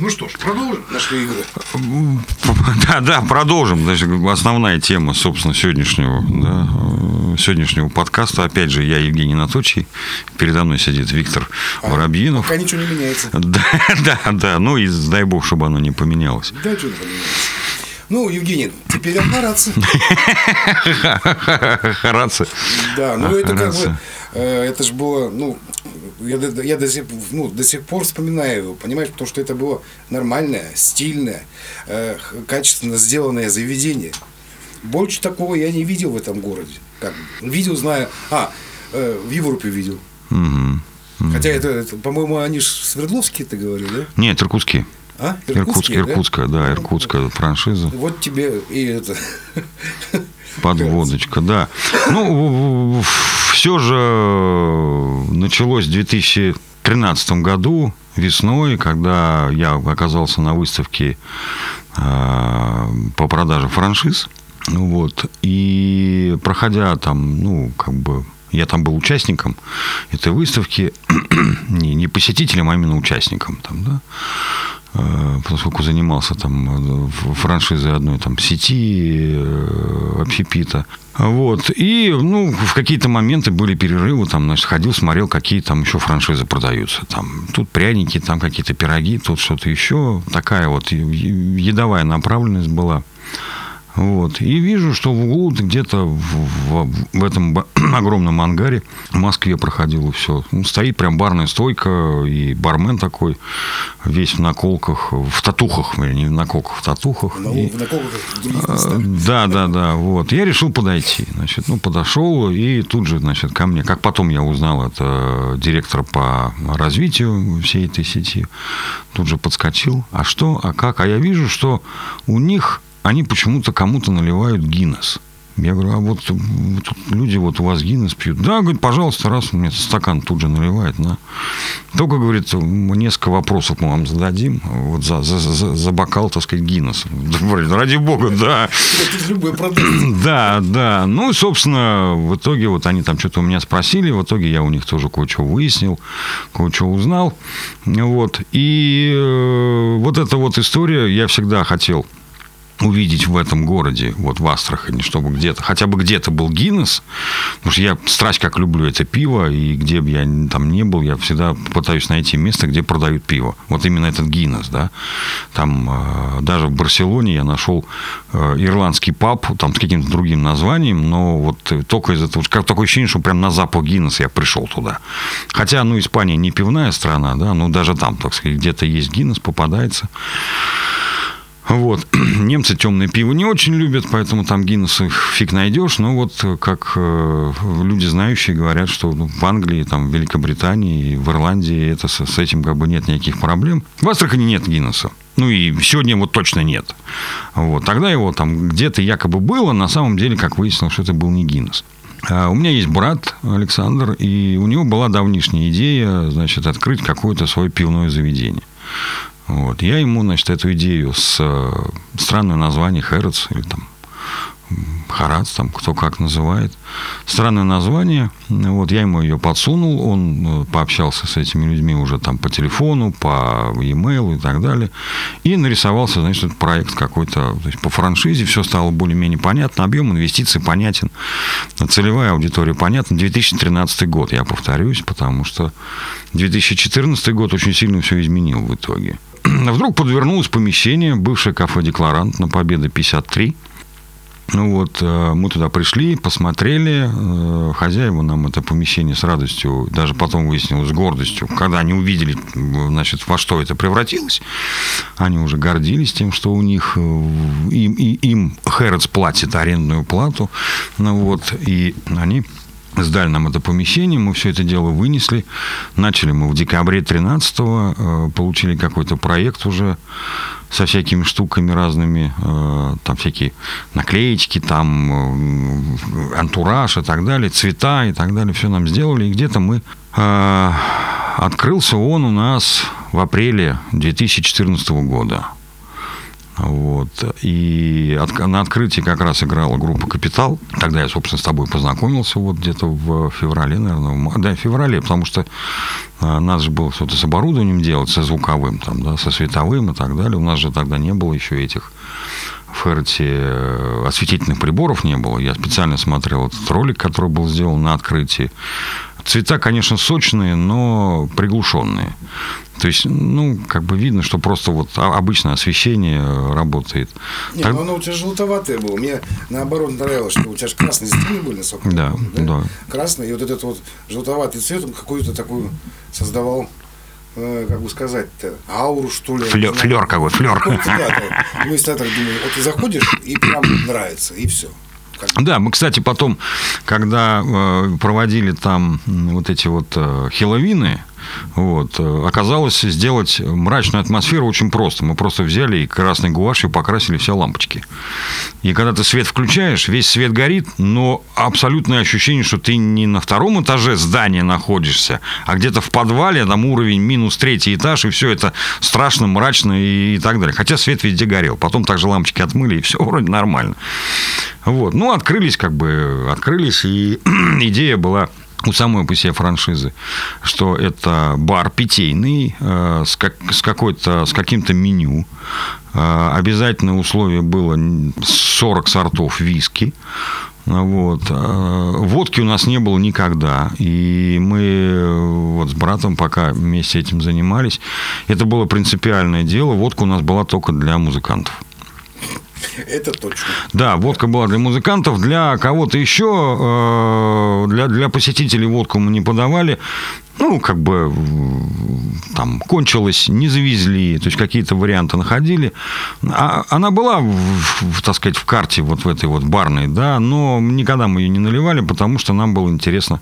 Ну что ж, продолжим наши игры. Да, продолжим. Значит, основная тема, собственно, сегодняшнего подкаста. Опять же, я Евгений Наточий. Передо мной сидит Виктор Воробьинов. Пока ничего не меняется. Да. Ну и дай бог, чтобы оно не поменялось. Да, что-то поменялось. Ну, Евгений, теперь обмараться. Хараться. Да, ну это как бы, это же было, ну, я до сих пор вспоминаю его, понимаешь, потому что это было нормальное, стильное, качественно сделанное заведение. Больше такого я не видел в этом городе. Как видел, знаю, в Европе видел. Хотя это, по-моему, они же Свердловские, ты говорил, да? Нет, иркутские. Иркутская франшиза. Вот тебе и это. Подводочка, да. Ну, все же началось в 2013 году, весной, когда я оказался на выставке по продаже франшиз. Вот. И проходя там, ну, как бы, я там был участником этой выставки, не посетителем, а именно участником там, да. Поскольку занимался там франшизой одной там сети, общепита. Вот. И, ну, в какие-то моменты были перерывы, там, значит, ходил, смотрел, какие там еще франшизы продаются. Там, тут пряники, там какие-то пироги, тут что-то еще. Такая вот едовая направленность была. Вот. И вижу, что в углу где-то в этом огромном ангаре в Москве проходило все. Ну, стоит прям барная стойка, и бармен такой, весь в наколках, в татухах, не в наколках, в татухах. В наколках в других местах. Да. Вот. Я решил подойти. Значит, подошел, и тут же, значит, ко мне, как потом я узнал, это директор по развитию всей этой сети, тут же подскочил. А что, а как? А я вижу, что у них они почему-то кому-то наливают Гиннес. Я говорю, а вот тут люди вот у вас Гиннес пьют. Да, говорит, пожалуйста, раз, мне стакан тут же наливает. На. Только, говорит, несколько вопросов мы вам зададим вот за бокал, так сказать, Гиннес. Ради бога, да. Любой продукт. Да. Ну, и, собственно, в итоге вот они там что-то у меня спросили. В итоге я у них тоже кое-что выяснил, кое-что узнал. Вот. И вот эта вот история, я всегда хотел увидеть в этом городе, вот в Астрахани, чтобы где-то, хотя бы где-то был Гиннес, потому что я страсть как люблю это пиво, и где бы я там не был, я всегда пытаюсь найти место, где продают пиво. Вот именно этот Гиннес, да. Там даже в Барселоне я нашел ирландский паб, там с каким-то другим названием, но вот только из этого, как такое ощущение, что прям на запах Гиннеса я пришел туда. Хотя, Испания не пивная страна, да, но даже там, так сказать, где-то есть Гиннес, попадается. Вот. Немцы темное пиво не очень любят, поэтому там Гиннеса фиг найдешь. Но вот как люди знающие говорят, что в Англии, там, в Великобритании, в Ирландии это, с этим как бы нет никаких проблем. В Астрахани нет Гиннеса. Ну и сегодня вот точно нет. Вот. Тогда его там где-то якобы было, на самом деле, как выяснилось, что это был не Гиннес. У меня есть брат Александр, и у него была давнишняя идея, значит, открыть какое-то свое пивное заведение. Вот. Я ему, значит, эту идею с странным названием Хэротс или там Харац, там кто как называет. Странное название. Вот, я ему ее подсунул. Он пообщался с этими людьми уже там по телефону, по e-mail и так далее. И нарисовался, значит, этот проект какой-то, то есть по франшизе. Все стало более-менее понятно. Объем инвестиций понятен. Целевая аудитория понятна. 2013 год, я повторюсь, потому что 2014 год очень сильно все изменил в итоге. Вдруг подвернулось помещение, бывшее кафе «Декларант» на Победы 53. Ну вот, мы туда пришли, посмотрели, хозяева нам это помещение с радостью, даже потом выяснилось, с гордостью, когда они увидели, значит, во что это превратилось, они уже гордились тем, что у них, им Хэротс платит арендную плату, ну вот, и они сдали нам это помещение, мы все это дело вынесли. Начали мы в декабре 13-го, получили какой-то проект уже со всякими штуками разными, там всякие наклеечки, там антураж и так далее, цвета и так далее, все нам сделали. И где-то мы... Открылся он у нас в апреле 2014 года. Вот. И на открытии как раз играла группа «Капитал». Тогда я, собственно, с тобой познакомился вот где-то в феврале, наверное. Да, в феврале, потому что надо же было что-то с оборудованием делать, со звуковым, там, да, со световым и так далее. У нас же тогда не было еще этих в Херте осветительных приборов не было. Я специально смотрел этот ролик, который был сделан на открытии. Цвета, конечно, сочные, но приглушенные. То есть, ну, как бы видно, что просто вот обычное освещение работает. Нет, так... оно у тебя желтоватое было. Мне наоборот нравилось, что у тебя же красные стены были, насколько я помню, да? Красный, и вот этот вот желтоватый цвет, он какую-то такую создавал, как бы сказать-то, ауру, что ли. Флёр какой, флёр. Ну, если я так думаю, вот ты заходишь, и прям нравится, и все. Да, мы, кстати, потом, когда проводили там вот эти вот хеллоуины, вот, оказалось сделать мрачную атмосферу очень просто. Мы просто взяли и красной гуашью покрасили все лампочки. И когда ты свет включаешь, весь свет горит, но абсолютное ощущение, что ты не на втором этаже здания находишься, а где-то в подвале, там уровень минус 3 этаж, и все это страшно, мрачно и так далее. Хотя свет везде горел. Потом также лампочки отмыли, и все вроде нормально. Вот. Ну, открылись, и идея была у самой по себе франшизы, что это бар питейный с каким-то меню. Обязательное условие было 40 сортов виски. Вот. Водки у нас не было никогда. И мы вот с братом пока вместе этим занимались. Это было принципиальное дело. Водка у нас была только для музыкантов. Это точно. Да, водка была для музыкантов, для кого-то еще, для посетителей водку мы не подавали. Ну, как бы там кончилось, не завезли, то есть какие-то варианты находили. Она была, так сказать, в карте вот в этой вот барной, да, но никогда мы ее не наливали, потому что нам было интересно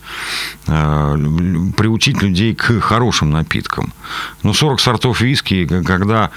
приучить людей к хорошим напиткам. Ну, 40 сортов виски, когда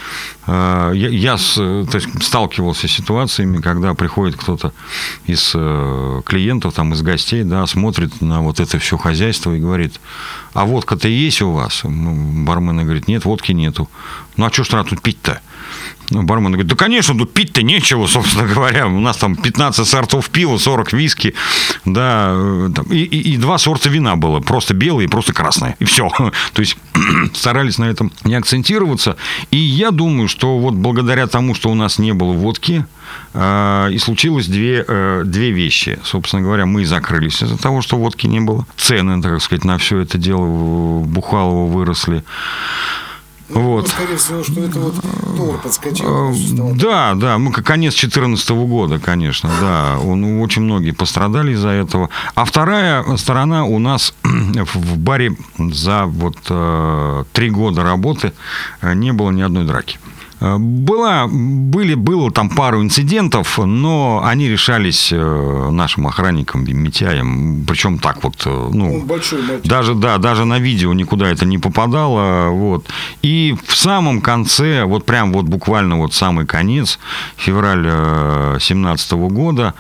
я то есть, сталкивался с ситуациями, когда приходит кто-то из клиентов, там, из гостей, да, смотрит на вот это все хозяйство и говорит: а водка-то есть у вас? Бармен говорит: нет, водки нету. Ну, а что ж тогда тут пить-то? Бармен говорит: да, конечно, тут пить-то нечего, собственно говоря. У нас там 15 сортов пива, 40 виски, да, и 2 сорта вина было. Просто белое и просто красное. И все. То есть старались на этом не акцентироваться. И я думаю, что вот благодаря тому, что у нас не было водки, и случилось две вещи. Собственно говоря, мы закрылись из-за того, что водки не было. Цены, так сказать, на все это дело Бухалово выросли. Ну, вот. Скорее всего, что это вот доллар подскочил. Да, конец 2014 года, конечно, да. Очень многие пострадали из-за этого. А вторая сторона у нас в баре за вот 3 года работы не было ни одной драки. Было там пару инцидентов, но они решались нашим охранником, Митяем. Причем так вот, ну, даже на видео никуда это не попадало. Вот. И в самом конце, вот прям вот буквально вот самый конец, февраль 2017 года,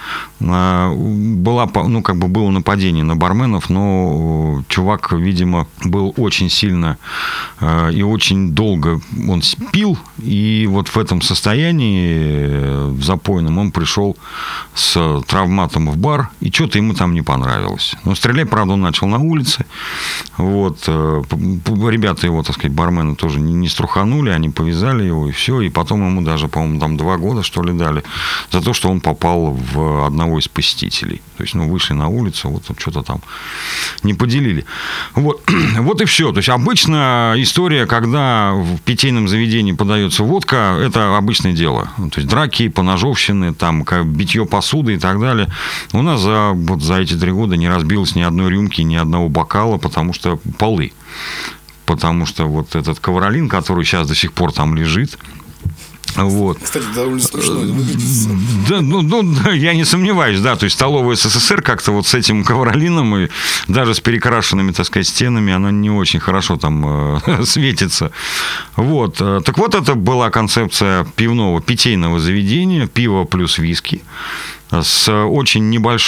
было нападение на барменов, но чувак, видимо, был очень сильно и очень долго он пил, и вот в этом состоянии, в запойном, он пришел с травматом в бар, и что-то ему там не понравилось. Но стрелять, правда, он начал на улице. Вот. Ребята его, так сказать, бармены тоже не струханули, они повязали его, и все. И потом ему даже, по-моему, там 2 года, что ли, дали за то, что он попал в одного из посетителей. То есть, вышли на улицу, вот что-то там не поделили. Вот. Вот и все. То есть, обычно история, когда в питейном заведении подается водка, это обычное дело. То есть, драки, поножовщины, там, битье посуды и так далее. У нас за эти 3 года не разбилось ни одной рюмки, ни одного бокала, потому что полы. Потому что вот этот ковролин, который сейчас до сих пор там лежит, вот. Кстати, довольно смешно выглядит. Да, я не сомневаюсь, да. То есть столовая СССР как-то вот с этим ковролином и даже с перекрашенными, так сказать, стенами, она не очень хорошо там светится. Вот. Так вот, это была концепция пивного, питейного заведения, пиво плюс виски, с очень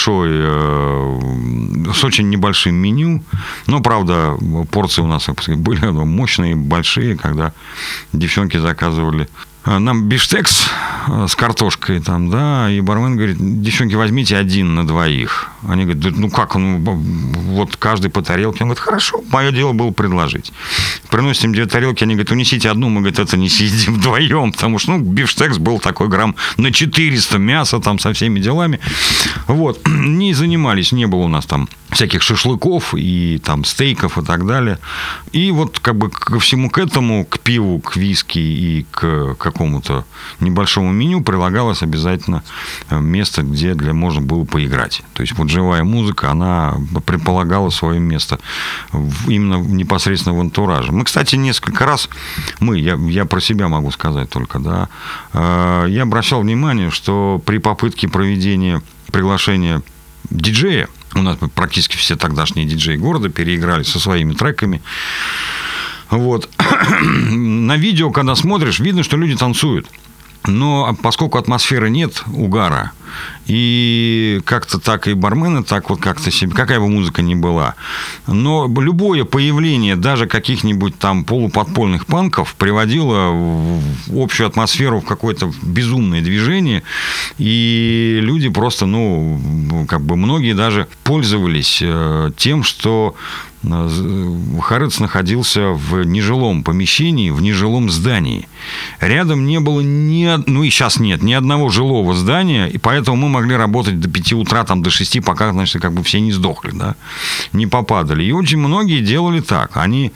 небольшим меню. Но, правда, порции у нас были мощные, большие, когда девчонки заказывали нам бифштекс с картошкой там, да, и бармен говорит: девчонки, возьмите 1 на 2. Они говорят: да, ну как, ну, вот каждый по тарелке. Он говорит: хорошо, мое дело было предложить. Приносят им 2 тарелки, они говорят: унесите 1, мы, говорит, это не съедим вдвоем, потому что, ну, бифштекс был такой грамм на 400 мяса там со всеми делами. Вот, не занимались, не было у нас там всяких шашлыков и там стейков и так далее. И вот как бы ко всему к этому, к пиву, к виски и к какому-то небольшому меню прилагалось обязательно место, где можно было поиграть. То есть вот живая музыка, она предполагала свое место именно непосредственно в антураже. Мы, кстати, несколько раз, я про себя могу сказать только, да, я обращал внимание, что при попытке проведения приглашения диджея, у нас практически все тогдашние диджеи города переиграли со своими треками. Вот. На видео, когда смотришь, видно, что люди танцуют. Но поскольку атмосферы нет, угара, и как-то так и бармены, так вот как-то себе, какая бы музыка ни была, но любое появление даже каких-нибудь там полуподпольных панков приводило в общую атмосферу в какое-то безумное движение, и люди просто, ну, как бы многие даже пользовались тем, что Харец находился в нежилом помещении, в нежилом здании. Рядом не было ну и сейчас нет, ни одного жилого здания, и поэтому мы могли работать до 5 утра, там, до 6, пока, значит, как бы все не сдохли, да, не попадали. И очень многие делали так. Они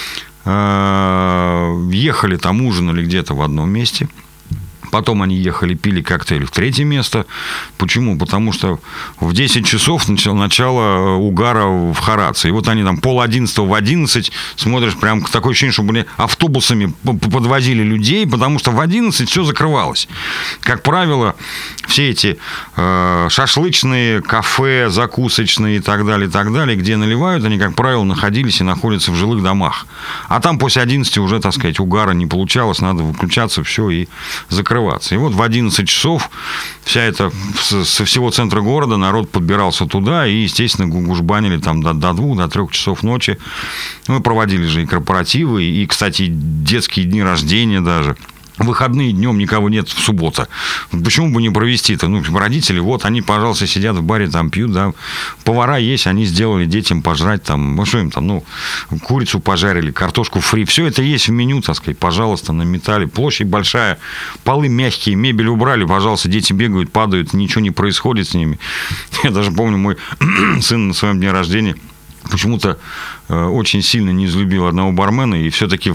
ехали там, ужинали где-то в одном месте. Потом они ехали, пили коктейль в 3 место. Почему? Потому что в 10 часов начало угара в Хараце. И вот они там 10:30 в 11 смотришь, прям такое ощущение, что были автобусами подвозили людей, потому что в 11 все закрывалось. Как правило, все эти шашлычные, кафе, закусочные и так далее, где наливают, они, как правило, находились и находятся в жилых домах. А там после 11 уже, так сказать, угара не получалось, надо выключаться, все, и закрываться. И вот в 11 часов вся эта, со всего центра города народ подбирался туда и, естественно, гужбанили там до 2, до 3 часов ночи. Мы проводили же и корпоративы, и, кстати, детские дни рождения даже. Выходные днем никого нет, в субботу. Почему бы не провести-то? Ну, родители, вот, они, пожалуйста, сидят в баре, там, пьют, да. Повара есть, они сделали детям пожрать, там, ну, что им там, ну, курицу пожарили, картошку фри. Все это есть в меню, так сказать, пожалуйста, наметали. Площадь большая, полы мягкие, мебель убрали, пожалуйста, дети бегают, падают, ничего не происходит с ними. Я даже помню, мой сын на своем дне рождения почему-то очень сильно не излюбил одного бармена, и все-таки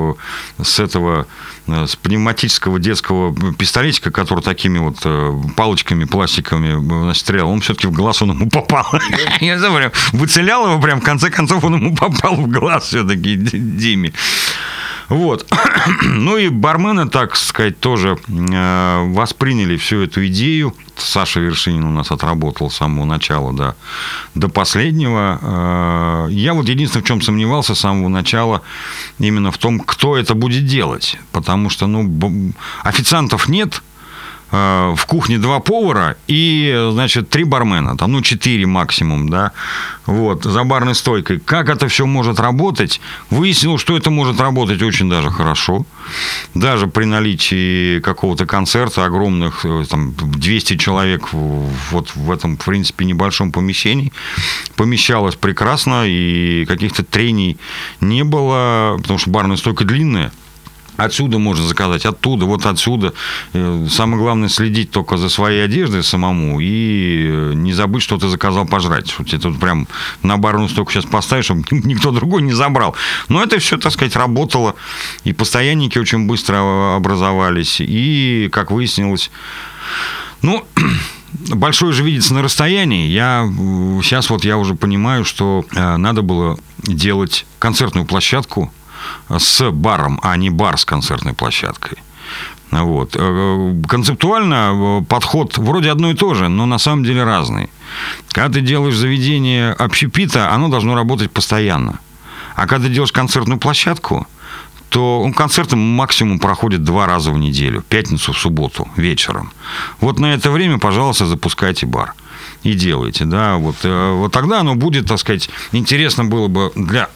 с пневматического детского пистолетика, который такими вот палочками пластиковыми стрелял, он все-таки в глаз он ему попал. Я прям выцелял его, прям в конце концов он ему попал в глаз все-таки, Диме. Вот. Ну и бармены, так сказать, тоже восприняли всю эту идею. Саша Вершинин у нас отработал с самого начала до последнего. Я вот единственное, в чем сомневался с самого начала, именно в том, кто это будет делать. Потому что, ну, официантов нет. В кухне 2 повара и, значит, 3 бармена, там, ну, 4 максимум, да, вот, за барной стойкой. Как это все может работать? Выяснилось, что это может работать очень даже хорошо. Даже при наличии какого-то концерта огромных, там, 200 человек вот в этом, в принципе, небольшом помещении помещалось прекрасно, и каких-то трений не было, потому что барная стойка длинная. Отсюда можно заказать, оттуда, вот отсюда. Самое главное следить только за своей одеждой самому и не забыть, что ты заказал пожрать. Что тебе тут прям на барную стойку сейчас поставишь, чтобы никто другой не забрал. Но это все, так сказать, работало. И постоянники очень быстро образовались. И, как выяснилось, ну, большое же видится на расстоянии. Сейчас вот я уже понимаю, что надо было делать концертную площадку с баром, а не бар с концертной площадкой. Вот. Концептуально подход вроде одно и то же, но на самом деле разный. Когда ты делаешь заведение общепита, оно должно работать постоянно. А когда ты делаешь концертную площадку, то концерты максимум проходят 2 раза в неделю. В пятницу, в субботу, вечером. Вот на это время, пожалуйста, запускайте бар. И делайте, да. Вот тогда оно будет, так сказать, интересно было бы для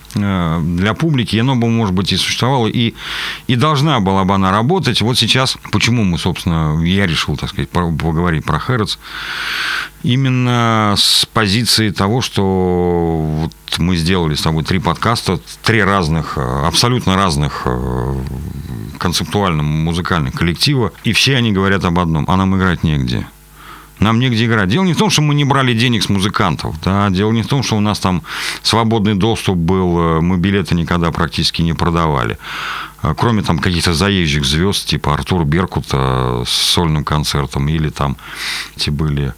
для публики, и оно бы, может быть, и существовало, и должна была бы она работать. Вот сейчас, почему мы, собственно, я решил, так сказать, поговорить про Хэротс, именно с позиции того, что вот мы сделали с тобой 3 подкаста, 3 разных, абсолютно разных концептуально-музыкальных коллектива, и все они говорят об одном: а нам играть негде. Нам негде играть. Дело не в том, что мы не брали денег с музыкантов. Да? Дело не в том, что у нас там свободный доступ был, мы билеты никогда практически не продавали. Кроме там каких-то заезжих звезд, типа Артура Беркута с сольным концертом, или там эти были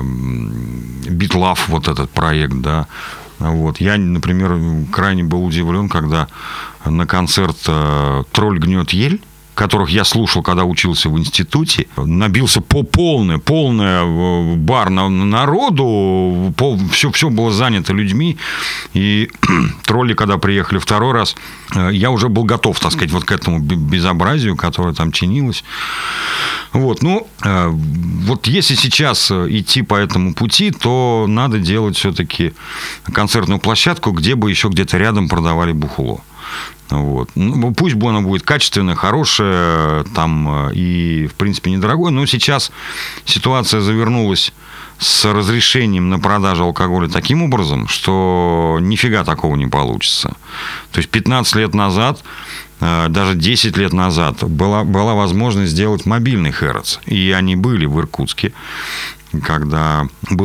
Beat Love, вот этот проект, да. Вот. Я, например, крайне был удивлен, когда на концерт «Тролль гнет ель», которых я слушал, когда учился в институте, набился полный бар народу, все было занято людьми, и тролли, когда приехали второй раз, я уже был готов, так сказать, вот к этому безобразию, которое там чинилось. Вот, ну, вот если сейчас идти по этому пути, то надо делать все-таки концертную площадку, где бы еще где-то рядом продавали бухло. Вот. Ну, пусть бы она будет качественная, хорошая, там, и, в принципе, недорогой, но сейчас ситуация завернулась с разрешением на продажу алкоголя таким образом, что нифига такого не получится. То есть 15 лет назад, даже 10 лет назад была возможность сделать мобильный Хэротс, и они были в Иркутске. Когда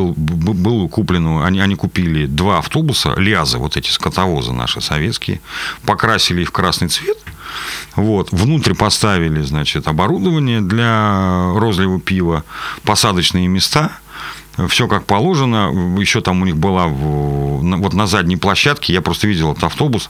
был куплен, они купили 2 автобуса, лязы, вот эти скотовозы наши советские, покрасили их в красный цвет, вот, внутрь поставили, значит, оборудование для розлива пива, посадочные места, все как положено. Еще там у них была вот на задней площадке, я просто видел этот автобус,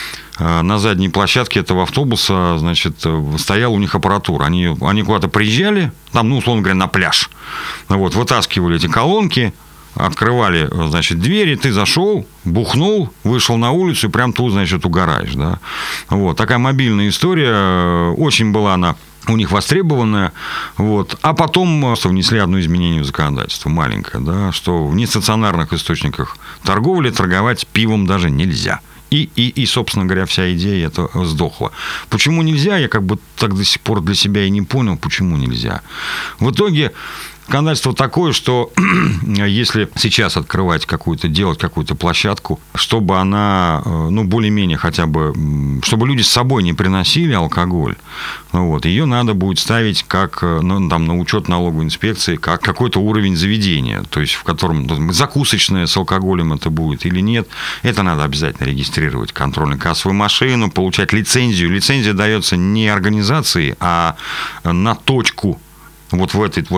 на задней площадке этого автобуса, значит, стояла у них аппаратура. Они куда-то приезжали, там, ну, условно говоря, на пляж. Вот, вытаскивали эти колонки, открывали, значит, двери, ты зашел, бухнул, вышел на улицу и прям тут, значит, угораешь, да. Вот, такая мобильная история, очень была она у них востребованная, вот. А потом внесли одно изменение в законодательство, маленькое, да, что в нестационарных источниках торговли торговать пивом даже нельзя. И, собственно говоря, вся идея это сдохла. Почему нельзя, я как бы так до сих пор для себя и не понял, почему нельзя. В итоге законодательство такое, что если сейчас открывать делать какую-то площадку, чтобы она, ну, более-менее хотя бы, чтобы люди с собой не приносили алкоголь, вот, ее надо будет ставить как, ну, там, на учет налоговой инспекции, как какой-то уровень заведения, то есть в котором закусочная с алкоголем это будет или нет, это надо обязательно регистрировать контрольно-кассовую машину, получать лицензию. Лицензия дается не организации, а на точку. Вот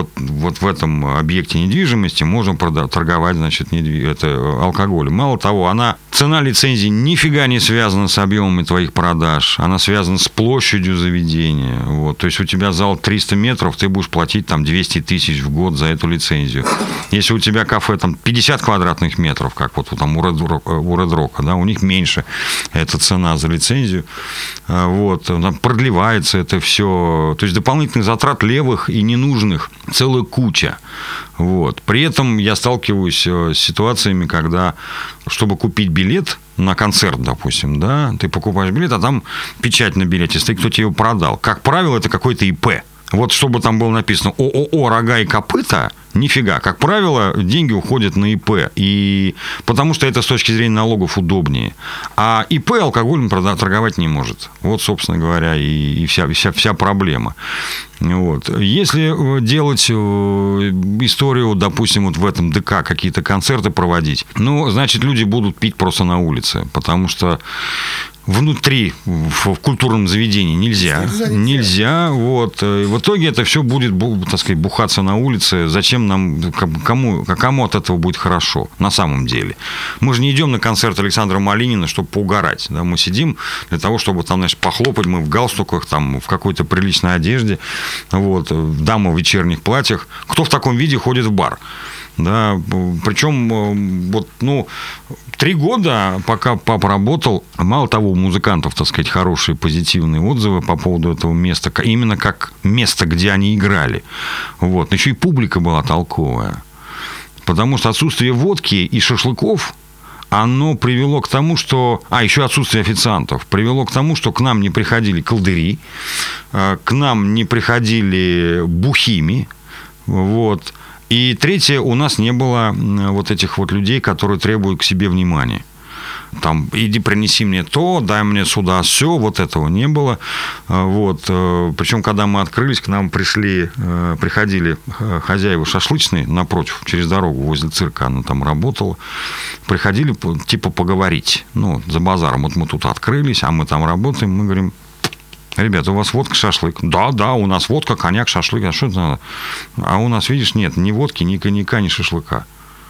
в этом объекте недвижимости можно торговать, значит, алкоголем. Мало того, цена лицензии нифига не связана с объемами твоих продаж. Она связана с площадью заведения. Вот. То есть у тебя зал 300 метров, ты будешь платить там 200 тысяч в год за эту лицензию. Если у тебя кафе там 50 квадратных метров, как вот там у Red Rock, да, у них меньше эта цена за лицензию. Вот. Там продлевается это все. То есть дополнительных затрат левых и ненужных целая куча. Вот. При этом я сталкиваюсь с ситуациями, когда, чтобы купить билет на концерт, допустим, да, ты покупаешь билет, а там печать на билете стоит, кто тебе его продал. Как правило, это какой-то ИП. Вот чтобы там было написано ООО «Рога и копыта», нифига. Как правило, деньги уходят на ИП. И потому что это с точки зрения налогов удобнее. А ИП алкоголем торговать не может. Вот, собственно говоря, и вся проблема. Вот. Если делать историю, допустим, вот в этом ДК какие-то концерты проводить, ну, значит, люди будут пить просто на улице. Потому что внутри, в культурном заведении нельзя. Вот. И в итоге это все будет, так сказать, бухаться на улице. Зачем нам, кому от этого будет хорошо на самом деле? Мы же не идем на концерт Александра Малинина, чтобы поугарать. Да? Мы сидим для того, чтобы там, значит, похлопать. Мы в галстуках, там, в какой-то приличной одежде. Вот. Дамы в вечерних платьях. Кто в таком виде ходит в бар? Да, причем вот, 3 года, пока папа работал, мало того, у музыкантов, так сказать, хорошие позитивные отзывы по поводу этого места, именно как место, где они играли. Вот. Но еще и публика была толковая. Потому что отсутствие водки и шашлыков, оно привело к тому, что... еще отсутствие официантов. Привело к тому, что к нам не приходили колдыри, к нам не приходили бухими. Вот. И третье, у нас не было вот этих вот людей, которые требуют к себе внимания. Там, иди принеси мне то, дай мне сюда все, вот этого не было. Вот. Причем, когда мы открылись, к нам приходили хозяева шашлычные напротив, через дорогу, возле цирка, она там работала. Приходили, типа, поговорить. Ну, за базаром. Вот мы тут открылись, а мы там работаем. Мы говорим: ребята, у вас водка, шашлык? Да, у нас водка, коньяк, шашлык. А что это надо? А у нас, видишь, нет ни водки, ни коньяка, ни шашлыка.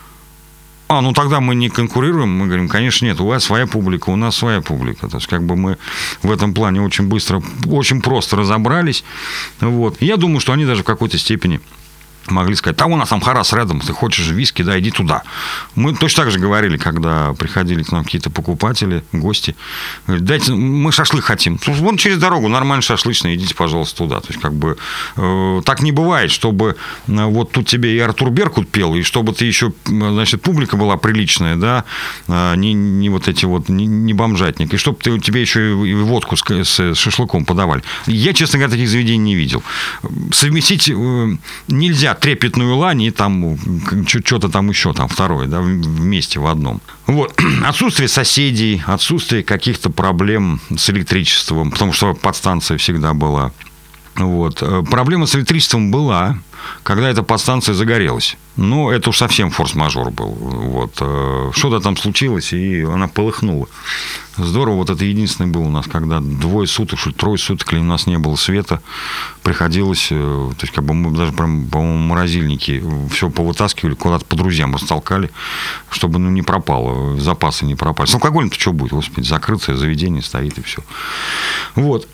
Ну тогда мы не конкурируем, мы говорим, конечно, нет, у вас своя публика, у нас своя публика. То есть, как бы мы в этом плане очень быстро, очень просто разобрались. Вот. И я думаю, что они даже в какой-то степени могли сказать: у нас там Харас рядом, ты хочешь виски, да, иди туда. Мы точно так же говорили, когда приходили к нам какие-то покупатели, гости. Говорят: дайте, мы шашлык хотим. Вон через дорогу, нормально шашлычный, идите, пожалуйста, туда. То есть, как бы, так не бывает, чтобы вот тут тебе и Артур Беркут пел, и чтобы ты еще, значит, публика была приличная, да, не вот эти вот, не бомжатник, и чтобы тебе еще и водку с шашлыком подавали. Я, честно говоря, таких заведений не видел. Совместить нельзя трепетную лань и там что-то там еще, там второе, да, вместе в одном. Вот. Отсутствие соседей, отсутствие каких-то проблем с электричеством, потому что подстанция всегда была. Вот. Проблема с электричеством была, когда эта подстанция загорелась. Но это уж совсем форс-мажор был. Вот. Что-то там случилось, и она полыхнула. Здорово. Вот это единственное было у нас, когда 2 суток, что ли, 3 суток у нас не было света. Приходилось, то есть, как бы мы даже прям, по-моему, морозильники все повытаскивали, куда-то по друзьям растолкали, чтобы, не пропало, запасы не пропали. С алкоголем-то что будет? Господи, закрытое заведение стоит, и все. Вот.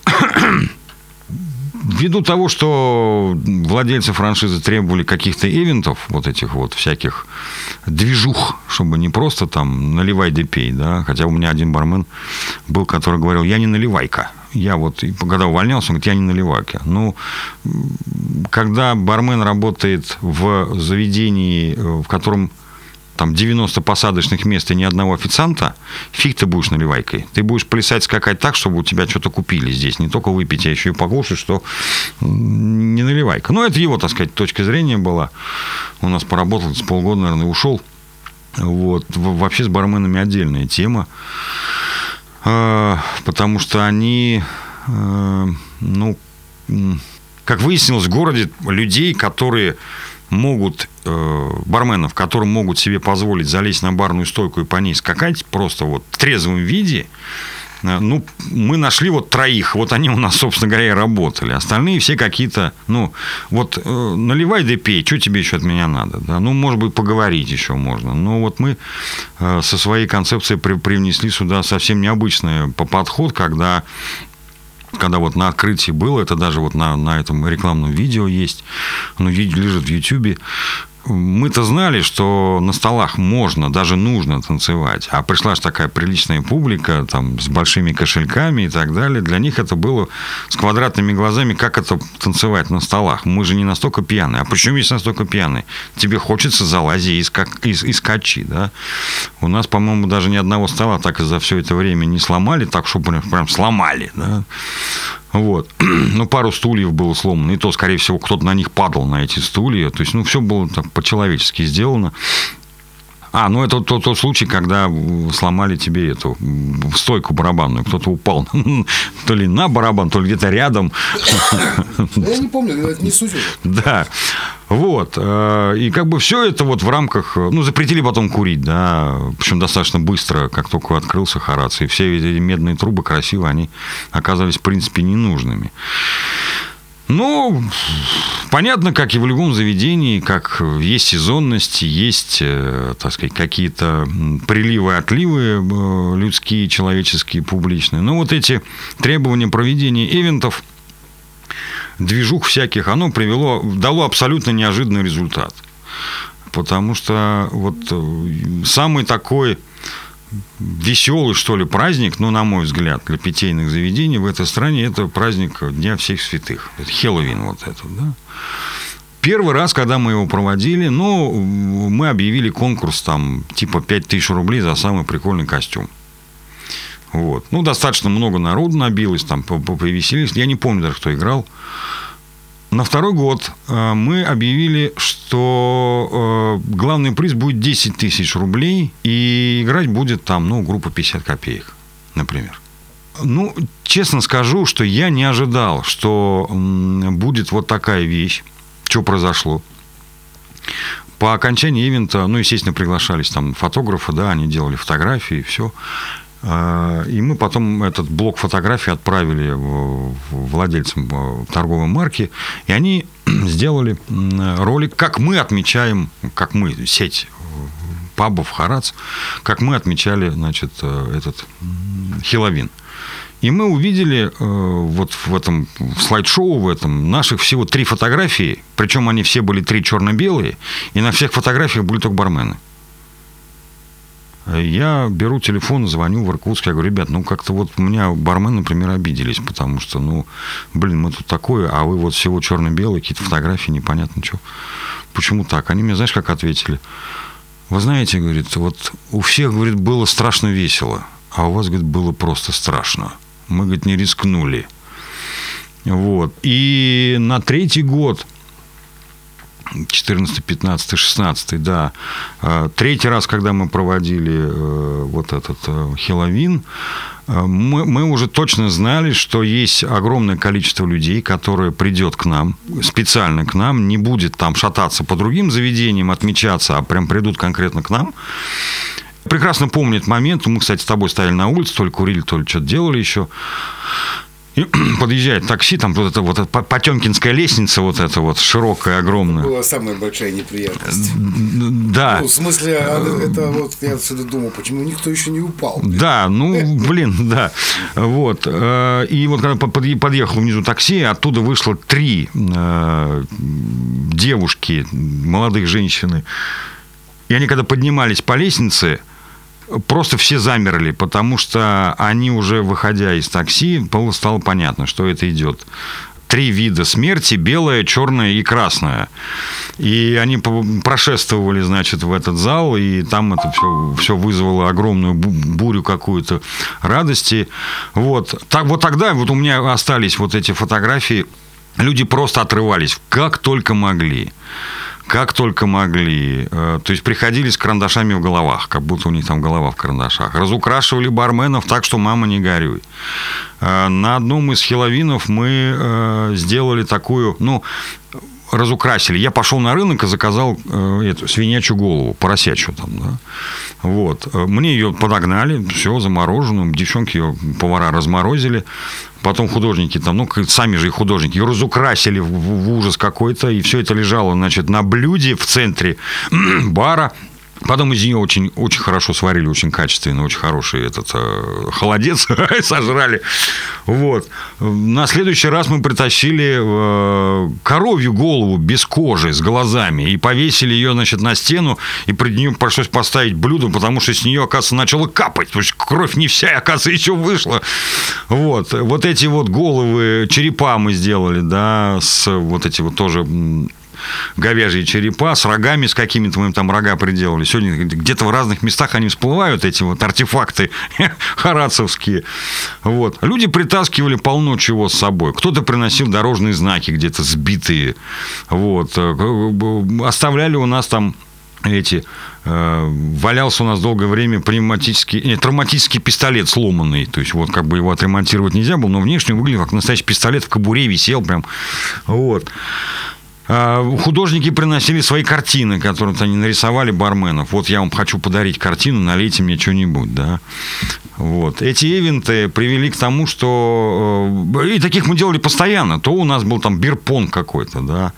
Ввиду того, что владельцы франшизы требовали каких-то ивентов, вот этих вот всяких движух, чтобы не просто там наливай да пей, да, хотя у меня один бармен был, который говорил: я не наливайка. Я вот, когда увольнялся, он говорит: я не наливайка. Ну, когда бармен работает в заведении, в котором там 90 посадочных мест и ни одного официанта, фиг ты будешь наливайкой. Ты будешь плясать, скакать так, чтобы у тебя что-то купили здесь. Не только выпить, а еще и покушать, что не наливайка. Но это его, так сказать, точка зрения была. У нас поработал с полгода, наверное, ушел. Вот. Вообще с барменами отдельная тема. Потому что они, как выяснилось, в городе людей, которые могут, барменов, которые могут себе позволить залезть на барную стойку и по ней скакать просто вот в трезвом виде, мы нашли вот 3. Вот они у нас, собственно говоря, и работали. Остальные все какие-то, наливай да пей, что тебе еще от меня надо? Да? Может быть, поговорить еще можно. Но вот мы со своей концепцией привнесли сюда совсем необычный подход, когда вот на открытии было, это даже вот на этом рекламном видео есть, видео лежит в Ютубе. Мы-то знали, что на столах можно, даже нужно танцевать. А пришла же такая приличная публика, там, с большими кошельками и так далее. Для них это было с квадратными глазами, как это танцевать на столах. Мы же не настолько пьяные. А почему есть настолько пьяные? Тебе хочется залази и скачи, да? У нас, по-моему, даже ни одного стола так и за все это время не сломали, так, чтобы прям сломали, да? Вот. Пару стульев было сломано. И то, скорее всего, кто-то на них падал, на эти стулья. То есть, все было так по-человечески сделано. Это тот случай, когда сломали тебе эту стойку барабанную. Кто-то упал то ли на барабан, то ли где-то рядом. Я не помню, это не суть уже. Да. Вот. И как бы все это вот в рамках... запретили потом курить, да. Причем достаточно быстро, как только открылся Харас. И все эти медные трубы красиво, они оказались, в принципе, ненужными. Понятно, как и в любом заведении, как есть сезонность, есть, так сказать, какие-то приливы, отливы людские, человеческие, публичные. Но вот эти требования проведения ивентов, движух всяких, оно дало абсолютно неожиданный результат. Потому что вот самый такой веселый, что ли, праздник, на мой взгляд, для питейных заведений в этой стране, это праздник Дня всех святых. Это Хэллоуин вот этот, да. Первый раз, когда мы его проводили, мы объявили конкурс, там, типа 5000 рублей за самый прикольный костюм. Вот. Достаточно много народу набилось, там, повеселились. Я не помню даже, кто играл. На второй год мы объявили, что главный приз будет 10 тысяч рублей, и играть будет там, группа 50 копеек, например. Честно скажу, что я не ожидал, что будет вот такая вещь. Что произошло? По окончании ивента, естественно, приглашались там фотографы, да, они делали фотографии, и все. И мы потом этот блок фотографий отправили владельцам торговой марки, и они сделали ролик, как мы отмечаем, сеть пабов Харац, как мы отмечали, значит, этот Хэллоуин. И мы увидели вот в этом слайд-шоу, наших всего 3 фотографии, причем они все были 3 черно-белые, и на всех фотографиях были только бармены. Я беру телефон, звоню в Иркутск, я говорю: ребят, как-то вот у меня бармены, например, обиделись, потому что, мы тут такое, а вы вот всего черно-белые, какие-то фотографии, непонятно что. Почему так? Они мне, знаешь, как ответили? Вы знаете, говорит, вот у всех, говорит, было страшно весело, а у вас, говорит, было просто страшно. Мы, говорит, не рискнули. Вот. И на 3-й год, 14, 15, 16, да. 3-й раз, когда мы проводили вот этот Хэллоуин, мы уже точно знали, что есть огромное количество людей, которое придет к нам, специально к нам, не будет там шататься по другим заведениям, отмечаться, а прям придут конкретно к нам. Прекрасно помню этот момент. Мы, кстати, с тобой стояли на улице, то ли курили, то ли что-то делали еще. И подъезжает такси, там вот эта Потемкинская лестница, вот эта вот широкая, огромная. Это была самая большая неприятность. Да. В смысле, это вот я отсюда думал, почему никто еще не упал. Да, да. Вот. И вот когда подъехало внизу такси, оттуда вышло 3 девушки, молодых женщины. И они, когда поднимались по лестнице, просто все замерли, потому что они уже, выходя из такси, стало понятно, что это идет. 3 вида смерти: белая, черная и красная. И они прошествовали, значит, в этот зал, и там это все вызвало огромную бурю какую-то радости. Вот. Тогда вот у меня остались вот эти фотографии. Люди просто отрывались, как только могли. То есть приходили с карандашами в головах, как будто у них там голова в карандашах. Разукрашивали барменов так, что мама не горюй. На одном из Хэллоуинов мы сделали такую, разукрасили. Я пошел на рынок и заказал эту свинячью голову, поросячью там, да. Вот. Мне ее подогнали, все замороженную. Девчонки ее, повара, разморозили. Потом художники там, сами же и художники, ее разукрасили в ужас какой-то. И все это лежало, значит, на блюде в центре бара. Потом из нее очень, очень хорошо сварили, очень качественно, очень хороший холодец сожрали. Вот. На следующий раз мы притащили коровью голову без кожи, с глазами, и повесили ее, значит, на стену, и пред нее пришлось поставить блюдо, потому что с нее, оказывается, начало капать. То есть кровь не вся, оказывается, еще вышла. Вот. Вот эти вот головы, черепа мы сделали, да, с вот эти вот тоже... говяжьи черепа с рогами, с какими-то мы им там рога приделали. Сегодня где-то в разных местах они всплывают, эти вот артефакты харацевские. Вот. Люди притаскивали полно чего с собой. Кто-то приносил дорожные знаки где-то сбитые. Вот. Оставляли у нас там валялся у нас долгое время травматический пистолет сломанный. То есть, вот как бы его отремонтировать нельзя было, но внешне выглядел как настоящий пистолет, в кобуре висел прям. Вот. Художники приносили свои картины, которые они нарисовали барменов. Вот я вам хочу подарить картину, налейте мне что-нибудь, да. Вот. Эти ивенты привели к тому, что... И таких мы делали постоянно. То у нас был там бирпонг какой-то, да.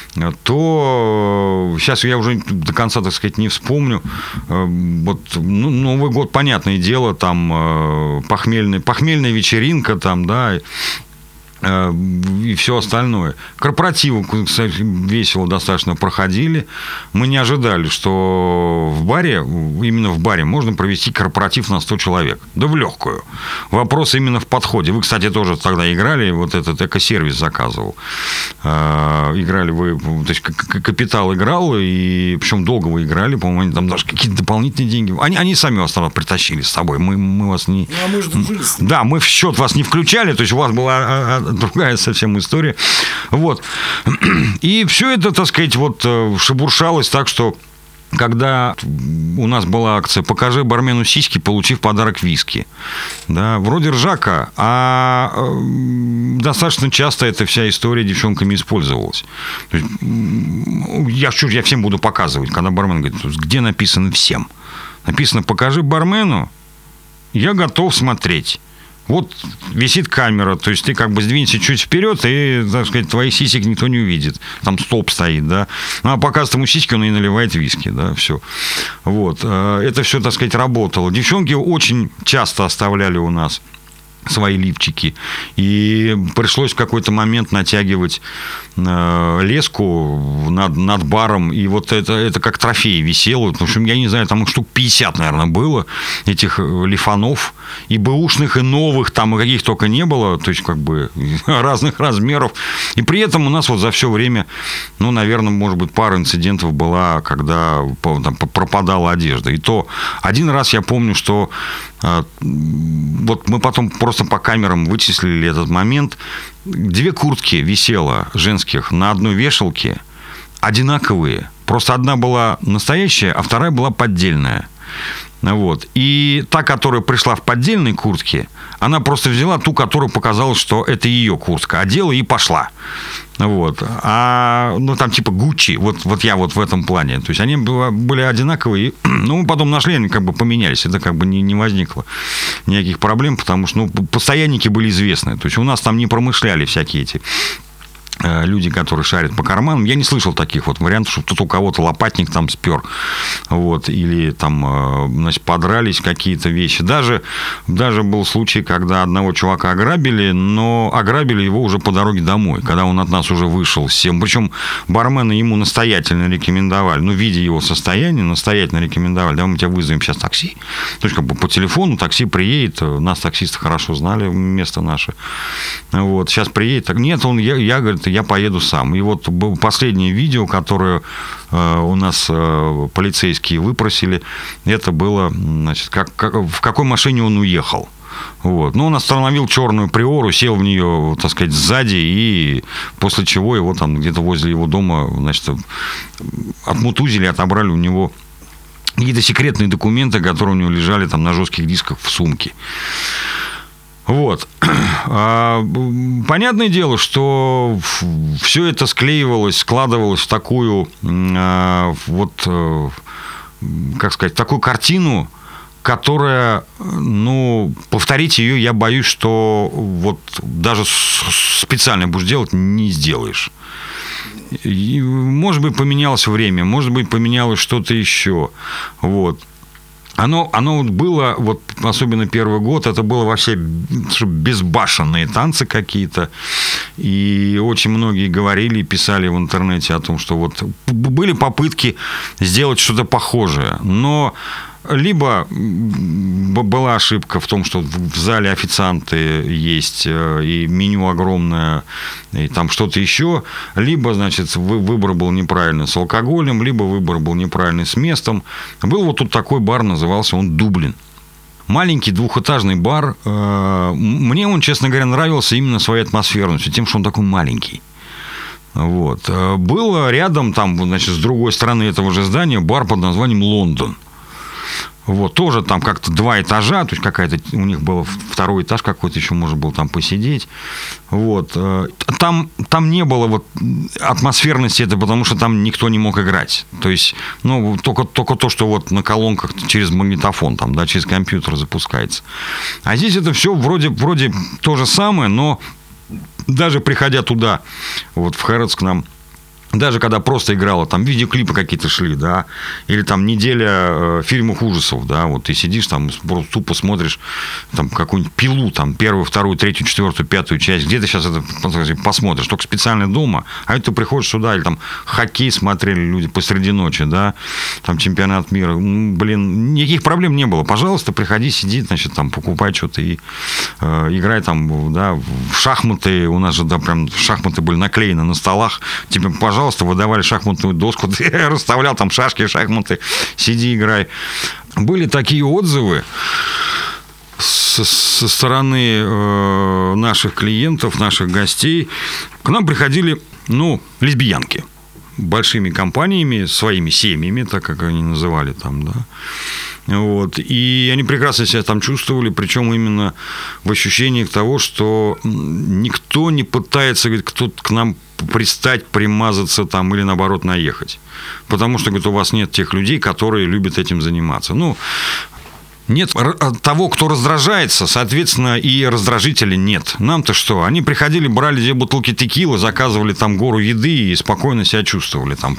То... Сейчас я уже до конца, так сказать, не вспомню. Вот, Новый год, понятное дело, там похмельная вечеринка, там, да. и все остальное. Корпоративы, кстати, весело достаточно проходили. Мы не ожидали, что в баре, именно в баре, можно провести корпоратив на 100 человек. Да в легкую. Вопрос именно в подходе. Вы, кстати, тоже тогда играли, вот этот экосервис заказывал. Играли вы, то есть Капитал играл, и причем долго вы играли, по-моему, они там даже какие-то дополнительные деньги. Они сами вас тогда притащили с собой. Мы вас не... Ну, а мы же дружили с ними. Да, мы в счет вас не включали, то есть у вас была другая совсем история. Вот. И все это, так сказать, вот шебуршалось так, что когда у нас была акция «Покажи бармену сиськи, получив подарок виски». Да, вроде ржака, а достаточно часто эта вся история девчонками использовалась. То есть, я всем буду показывать, когда бармен говорит, где написано «всем». Написано «покажи бармену, я готов смотреть». Вот висит камера, то есть ты как бы сдвинься чуть вперед, и, так сказать, твоих сисек никто не увидит. Там столб стоит, да. Ну, а показывает ему сиськи, он и наливает виски, да, все. Вот. Это все, так сказать, работало. Девчонки очень часто оставляли у нас свои лифчики. И пришлось в какой-то момент натягивать леску над баром. И вот это как трофей висело. В общем, я не знаю, там штук 50, наверное, было этих лифанов. И бэушных, и новых, там и каких только не было. То есть, как бы, разных размеров. И при этом у нас вот за все время, ну, наверное, может быть, пара инцидентов была, когда там пропадала одежда. И то один раз я помню, что вот мы потом просто по камерам вычислили этот момент. 2 куртки висело женских на одной вешалке, одинаковые. Просто одна была настоящая, а вторая была поддельная. Вот. И та, которая пришла в поддельной куртке, она просто взяла ту, которая показалось, что это ее куртка, одела и пошла. Вот. А, ну, там типа Гуччи, вот я вот в этом плане. То есть они были одинаковые. Ну, мы потом нашли, они как бы поменялись. Это как бы не возникло никаких проблем, потому что, ну, постоянники были известны. То есть у нас там не промышляли всякие эти люди, которые шарят по карманам. Я не слышал таких вот вариантов, что кто-то у кого-то лопатник там спер. Вот. Или там, значит, подрались какие-то вещи. Даже был случай, когда одного чувака ограбили, но ограбили его уже по дороге домой, когда он от нас уже вышел всем. Причем бармены ему настоятельно рекомендовали, ну, видя его состояние, настоятельно рекомендовали, да, мы тебя вызовем сейчас такси. То есть, как бы по телефону такси приедет. Нас таксисты хорошо знали, место наше. Вот. Сейчас приедет. Нет, я говорит, я поеду сам. И вот последнее видео, которое у нас полицейские выпросили, это было, значит, в какой машине он уехал. Вот. Ну, он остановил черную приору, сел в нее, так сказать, сзади, и после чего его там где-то возле его дома, значит, отмутузили, отобрали у него какие-то секретные документы, которые у него лежали там на жестких дисках в сумке. Вот. Понятное дело, что все это склеивалось, складывалось в такую, вот, как сказать, такую картину, которая, ну, повторить ее, я боюсь, что вот даже специально будешь делать, не сделаешь. И, может быть, поменялось время, может быть, поменялось что-то еще. Вот. Оно было, вот особенно первый год, это было вообще безбашенные танцы какие-то. И очень многие говорили и писали в интернете о том, что вот были попытки сделать что-то похожее. Но либо была ошибка в том, что в зале официанты есть, и меню огромное, и там что-то еще, либо, значит, выбор был неправильный с алкоголем, либо выбор был неправильный с местом. Был вот тут такой бар, назывался он «Дублин». Маленький двухэтажный бар. Мне он, честно говоря, нравился именно своей атмосферностью, тем, что он такой маленький. Вот. Было рядом, там, значит, с другой стороны этого же здания бар под названием «Лондон». Вот, тоже там как-то 2 этажа, то есть какая-то у них был 2-й этаж какой-то, еще можно было там посидеть. Вот. Там не было вот атмосферности, это потому что там никто не мог играть. То есть, ну, только то, что вот на колонках через магнитофон, там, да, через компьютер запускается. А здесь это все вроде то же самое, но даже приходя туда, вот в Хэрротс к нам Даже когда просто играла, там видеоклипы какие-то шли, да, или там неделя фильмов ужасов, да, вот ты сидишь там, просто тупо смотришь там какую-нибудь «Пилу», там, 1, 2, 3, 4, 5 часть, где ты сейчас это посмотришь, только специально дома, а это ты приходишь сюда, или там хоккей смотрели люди посреди ночи, да, там чемпионат мира, блин, никаких проблем не было, пожалуйста, приходи, сиди, значит, там, покупай что-то и играй там, да, в шахматы, у нас же, да, прям шахматы были наклеены на столах, тебе, пожалуйста, выдавали шахматную доску, ты расставлял там шашки, шахматы, сиди, играй. Были такие отзывы со стороны наших клиентов, наших гостей. К нам приходили, лесбиянки. Большими компаниями, своими семьями, так как они называли там, да. Вот. И они прекрасно себя там чувствовали, причем именно в ощущениях того, что никто не пытается, говорит, кто-то к нам пристать, примазаться там или наоборот наехать. Потому что, говорит, у вас нет тех людей, которые любят этим заниматься. Нет того, кто раздражается, соответственно, и раздражителя нет. Нам-то что? Они приходили, брали 2 бутылки текилы, заказывали там гору еды и спокойно себя чувствовали. Там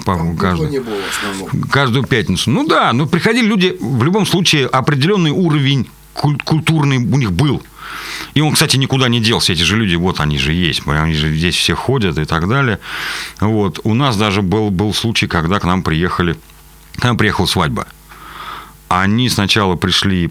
каждую пятницу. Приходили люди, в любом случае, определенный уровень культурный у них был. И он, кстати, никуда не делся. Эти же люди, вот они же есть. Они же здесь все ходят и так далее. Вот. У нас даже был случай, когда к нам приехала свадьба. Они сначала пришли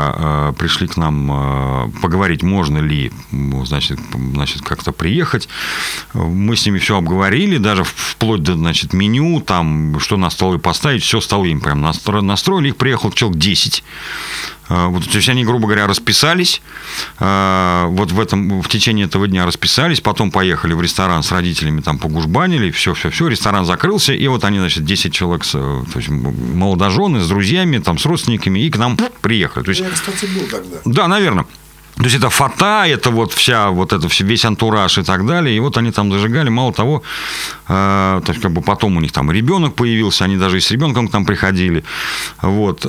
к нам поговорить, можно ли, значит, как-то приехать. Мы с ними все обговорили, даже вплоть до, значит, меню, там, что на столы поставить, все столы им прям настроили. Их приехало человек 10. Вот, то есть они, грубо говоря, расписались, вот в течение этого дня расписались, потом поехали в ресторан с родителями, там погужбанили, все, ресторан закрылся, и вот они, значит, 10 человек, то есть молодожены с друзьями, там, с родственниками, и к нам приехали. То есть, я, кстати, был тогда. Да, наверное. То есть это фата, это весь антураж и так далее. И вот они там зажигали. Мало того, то есть как бы потом у них там ребенок появился, они даже и с ребенком к нам приходили. Вот.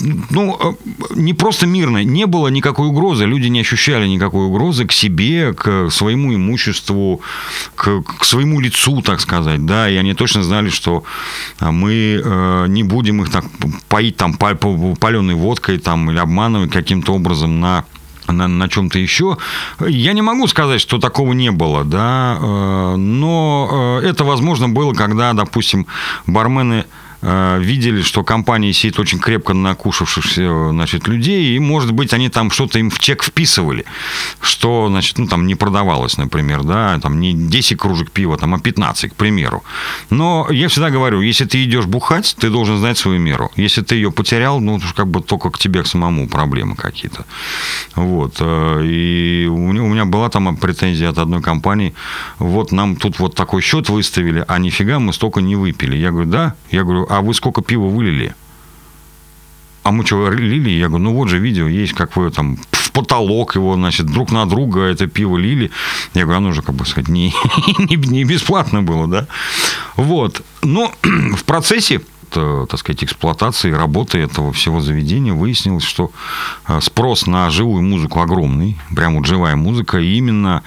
Не просто мирно, не было никакой угрозы. Люди не ощущали никакой угрозы к себе, к своему имуществу, к своему лицу, так сказать. Да? И они точно знали, что мы не будем их так поить там паленой водкой там, или обманывать каким-то образом на чем-то еще. Я не могу сказать, что такого не было, да, но это возможно было, когда, допустим, бармены видели, что компания сидит очень крепко накушавшихся, значит, людей, и, может быть, они там что-то им в чек вписывали, что, значит, там не продавалось, например, да, там не 10 кружек пива, там, а 15, к примеру. Но я всегда говорю, если ты идешь бухать, ты должен знать свою меру. Если ты ее потерял, как бы только к тебе, к самому проблемы какие-то. Вот. И у меня была там претензия от одной компании, вот нам тут вот такой счет выставили, а нифига мы столько не выпили. Я говорю, да? Я говорю, а вы сколько пива вылили? А мы что, лили? Я говорю, вот же видео есть, как вы там в потолок его, значит, друг на друга это пиво лили. Я говорю, оно же, как бы сказать, не бесплатно было, да? Вот. Но в процессе, так сказать, эксплуатации, работы этого всего заведения выяснилось, что спрос на живую музыку огромный, прям вот живая музыка, и именно,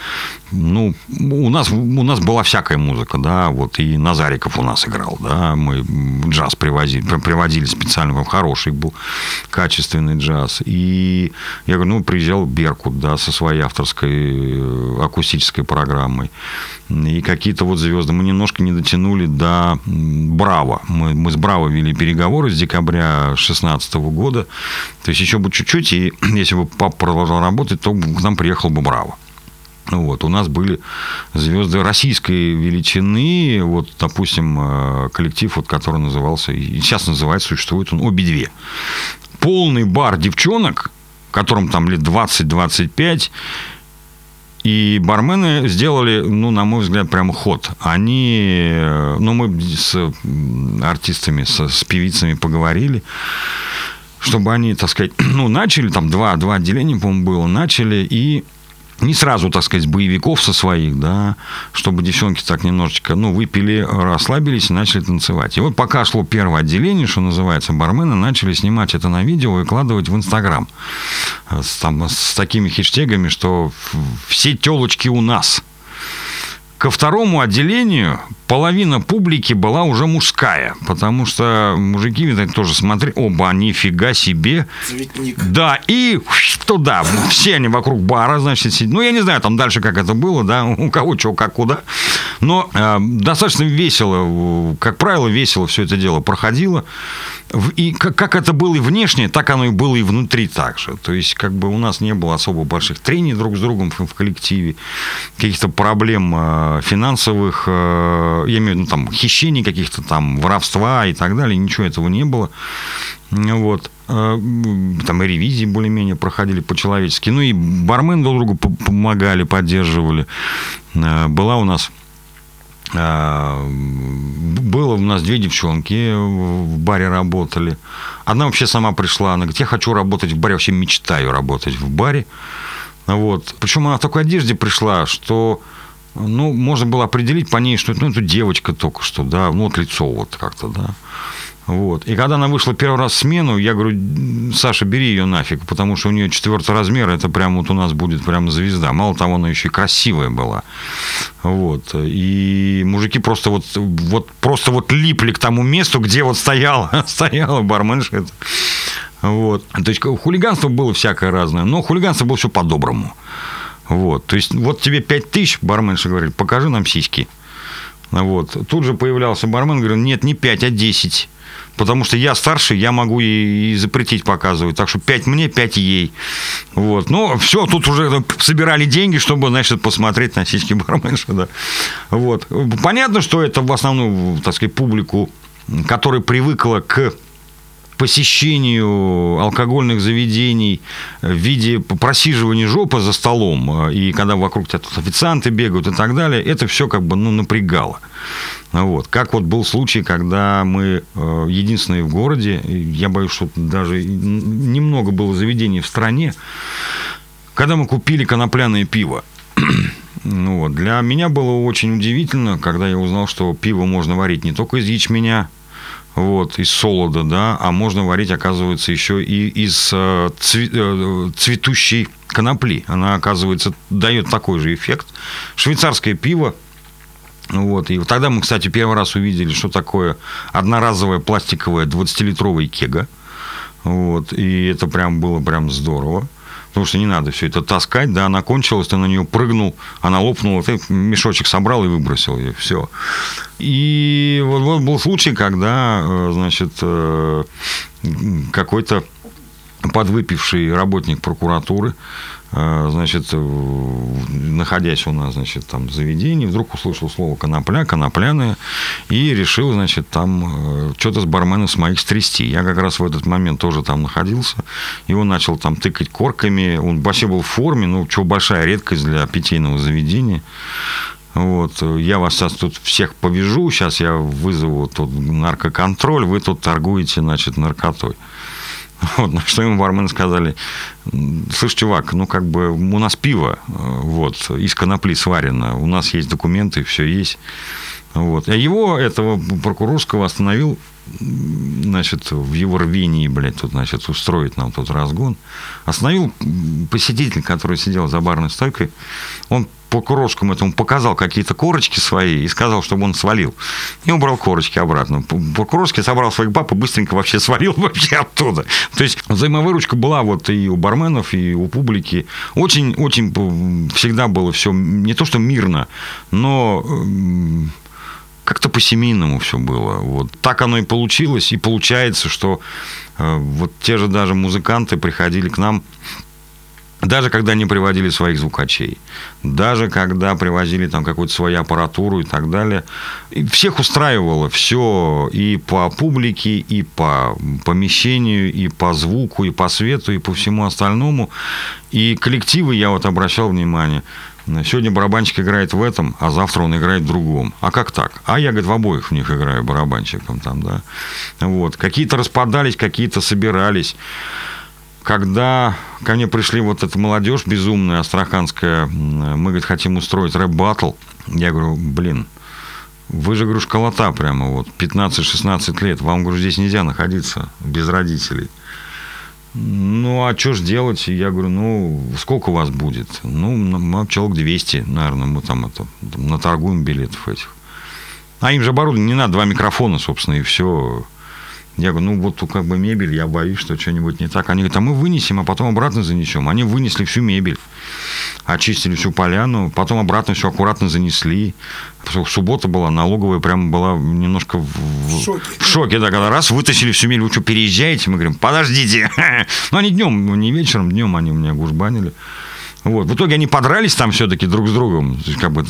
у нас была всякая музыка, да, вот и Назариков у нас играл, да, мы джаз приводили специально, хороший был, качественный джаз, и я говорю, приезжал Беркут, да, со своей авторской акустической программой, и какие-то вот звезды, мы немножко не дотянули до Браво, мы с Браво вели переговоры с декабря 2016 года. То есть еще бы чуть-чуть, и если бы папа продолжал работать, то к нам приехал бы Браво. Вот. У нас были звезды российской величины. Вот, допустим, коллектив, вот, который назывался, и сейчас называется, существует он «Обе-две». Полный бар девчонок, которым там лет 20-25. И бармены сделали, на мой взгляд, прямо ход. Они, мы с артистами, с певицами поговорили, чтобы они, так сказать, начали, там два отделения, по-моему, было, начали, и не сразу, так сказать, с боевиков со своих, да, чтобы девчонки так немножечко, выпили, расслабились и начали танцевать. И вот пока шло первое отделение, что называется, бармены начали снимать это на видео и выкладывать в Инстаграм. С такими хэштегами, что все телочки у нас. ко второму отделению половина публики была уже мужская, потому что мужики, видать, тоже смотрели, оба, нифига себе. Цветник. Да, и туда, все они вокруг бара, значит, сидят. Ну, я не знаю, там дальше как это было, да, у кого чего, как куда. Но достаточно весело, как правило, весело все это дело проходило. И как это было и внешне, так оно и было и внутри также. То есть, как бы у нас не было особо больших трений друг с другом в коллективе, каких-то проблем финансовых, я имею в виду, там, хищений каких-то там, воровства и так далее, ничего этого не было. Вот. Там и ревизии более-менее проходили по-человечески. Ну и бармены друг другу помогали, поддерживали. Было у нас 2 девчонки в баре работали. Одна вообще сама пришла, она говорит, я хочу работать в баре, вообще мечтаю работать в баре. Вот. Причем она в такой одежде пришла, что можно было определить по ней, что это девочка только что, да, вот лицо вот как-то, да. Вот. И когда она вышла первый раз в смену, я говорю, Саша, бери ее нафиг, потому что у нее 4 размер, это прям вот у нас будет прям звезда. Мало того, она еще и красивая была. Вот. И мужики просто липли к тому месту, где вот стояла барменша. Вот. То есть хулиганство было всякое разное, но хулиганство было все по-доброму. Вот. То есть вот тебе 5000, барменша говорит, покажи нам сиськи. Вот. Тут же появлялся бармен, говорил, нет, не 5, а 10. Потому что я старше, я могу и запретить показывать. Так что 5 мне, 5 ей. Вот. Ну, все, тут уже собирали деньги, чтобы, значит, посмотреть на сиськи барменши. Да. Вот. Понятно, что это в основном, так сказать, публику, которая привыкла к посещению алкогольных заведений в виде просиживания жопы за столом, и когда вокруг тебя тут официанты бегают и так далее, это все как бы напрягало. Вот. Как вот был случай, когда мы единственные в городе, я боюсь, что даже немного было заведений в стране, когда мы купили конопляное пиво. Вот. Для меня было очень удивительно, когда я узнал, что пиво можно варить не только из ячменя, вот, из солода, да, а можно варить, оказывается, еще и из цветущей конопли. Она, оказывается, дает такой же эффект. Швейцарское пиво. Вот. И тогда мы, кстати, первый раз увидели, что такое одноразовая пластиковая 20-литровая кега. Вот. И это прям было прям здорово. Потому что не надо все это таскать, да, она кончилась, ты на нее прыгнул, она лопнула, ты мешочек собрал и выбросил ее, все. И вот был случай, когда, значит, какой-то подвыпивший работник прокуратуры, значит, находясь у нас, значит, там в заведении, вдруг услышал слово конопля, конопляное, и решил, значит, там что-то с барменом с моих стрясти. Я как раз в этот момент тоже там находился, и он начал там тыкать корками, он вообще был в форме, ну, что большая редкость для питейного заведения. Вот, я вас сейчас тут всех повяжу, сейчас я вызову тут наркоконтроль, вы тут торгуете, значит, наркотой. Вот, на что ему бармены сказали, слышь, чувак, ну, как бы у нас пиво, вот, из конопли сварено, у нас есть документы, все есть. Вот. А его, этого прокурорского, остановил, значит, в его рвении, блядь, тут, значит, устроить нам тут разгон. Остановил посетитель, который сидел за барной стойкой, он прокурорскому этому показал какие-то корочки свои и сказал, чтобы он свалил. И убрал корочки обратно. Прокурорский собрал своих баб и быстренько вообще свалил вообще оттуда. То есть взаимовыручка была вот и у барменов, и у публики. Очень всегда было все не то что мирно, но как-то по-семейному все было. Вот. Так оно и получилось. И получается, что вот те же даже музыканты приходили к нам, даже когда не приводили своих звукачей, даже когда привозили там какую-то свою аппаратуру и так далее. И всех устраивало все и по публике, и по помещению, и по звуку, и по свету, и по всему остальному. И коллективы, я вот обращал внимание, сегодня барабанщик играет в этом, а завтра он играет в другом. А как так? А я, говорит, в обоих в них играю барабанщиком там, да. Вот. Какие-то распадались, какие-то собирались. Когда ко мне пришли вот эта молодежь безумная, астраханская, мы, говорит, хотим устроить рэп-баттл. Я говорю, блин, вы же, говорю, школота прямо, вот, 15-16 лет, вам, говорю, здесь нельзя находиться без родителей. Ну, а что ж делать? Я говорю, ну, сколько у вас будет? Ну, человек 200, наверное, мы там наторгуем билетов этих. А им же оборудование не надо, 2 микрофона, собственно, и все. Я говорю, ну, вот как бы мебель, я боюсь, что что-нибудь не так. Они говорят, а мы вынесем, а потом обратно занесем. Они вынесли всю мебель, очистили всю поляну, потом обратно все аккуратно занесли. Суббота была, налоговая прям была немножко в шоке. Да, когда раз вытащили всю мебель, вы что, переезжаете? Мы говорим, подождите. Ну, они днем, не вечером, днем они у меня гужбанили. Вот. В итоге они подрались там все-таки друг с другом. Как бы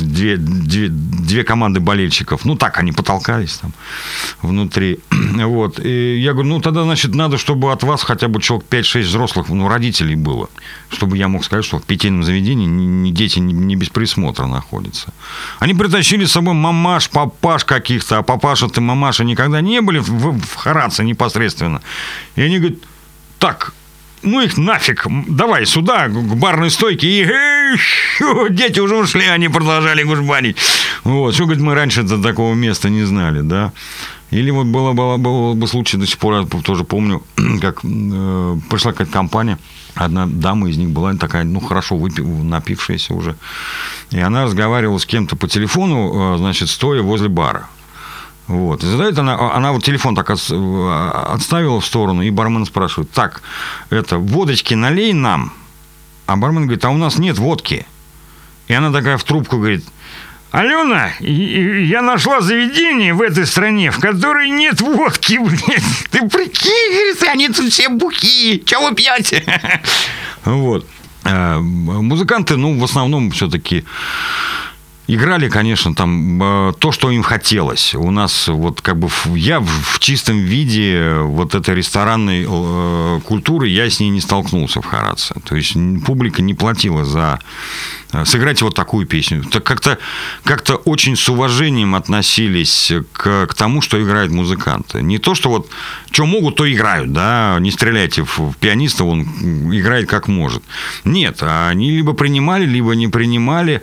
две команды болельщиков. Ну, так, они потолкались там внутри. Вот. И я говорю, ну, тогда, значит, надо, чтобы от вас хотя бы человек 5-6 взрослых, ну, родителей было. Чтобы я мог сказать, что в питейном заведении дети не без присмотра находятся. Они притащили с собой мамаш, папаш каких-то. А папаша-то, мамаша никогда не были в Харадзе непосредственно. И они говорят, так... Ну их нафиг, давай сюда, к барной стойке, и дети уже ушли, они продолжали гужбанить. Вот, что, говорит, мы раньше такого места не знали, да. Или вот был бы случай, до сих пор я тоже помню, как пришла какая-то компания, одна дама из них была такая, ну, хорошо напившаяся уже, и она разговаривала с кем-то по телефону, значит, стоя возле бара. Вот. И задает она вот телефон так отставила в сторону, и бармен спрашивает, так, водочки налей нам. А бармен говорит, а у нас нет водки. И она такая в трубку говорит, Алена, я нашла заведение в этой стране, в которой нет водки, блядь. Ты прикинь, говорит, они тут все бухие, чего вы пьете? Вот. Музыканты, ну, в основном все-таки... Играли, конечно, там то, что им хотелось. У нас вот как бы я в чистом виде вот этой ресторанной культуры, я с ней не столкнулся в Харадзе. То есть публика не платила за сыграть вот такую песню. Так как-то очень с уважением относились к тому, что играют музыканты. Не то, что вот что могут, то играют, да, не стреляйте в пианиста, он играет как может. Нет, они либо принимали, либо не принимали,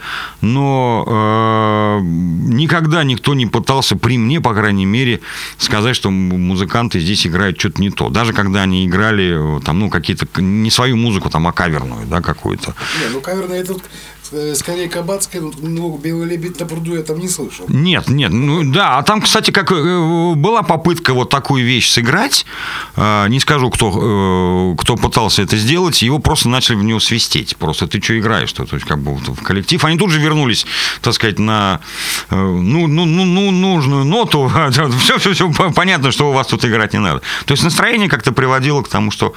но никогда никто не пытался, при мне, по крайней мере, сказать, что музыканты здесь играют что-то не то. Даже когда они играли там, ну, какие-то, не свою музыку, там, а каверную, да, какую-то. Не, ну, каверная это скорее кабацкая, ну, «Белый лебедь на пруду» я там не слышал. Нет, ну да, а там, кстати, как была попытка вот такую вещь сыграть, не скажу, кто пытался это сделать, его просто начали в него свистеть, просто ты что играешь, то есть как бы в коллектив, они тут же вернулись, так сказать, на нужную ноту, все понятно, что у вас тут играть не надо. То есть настроение как-то приводило к тому, что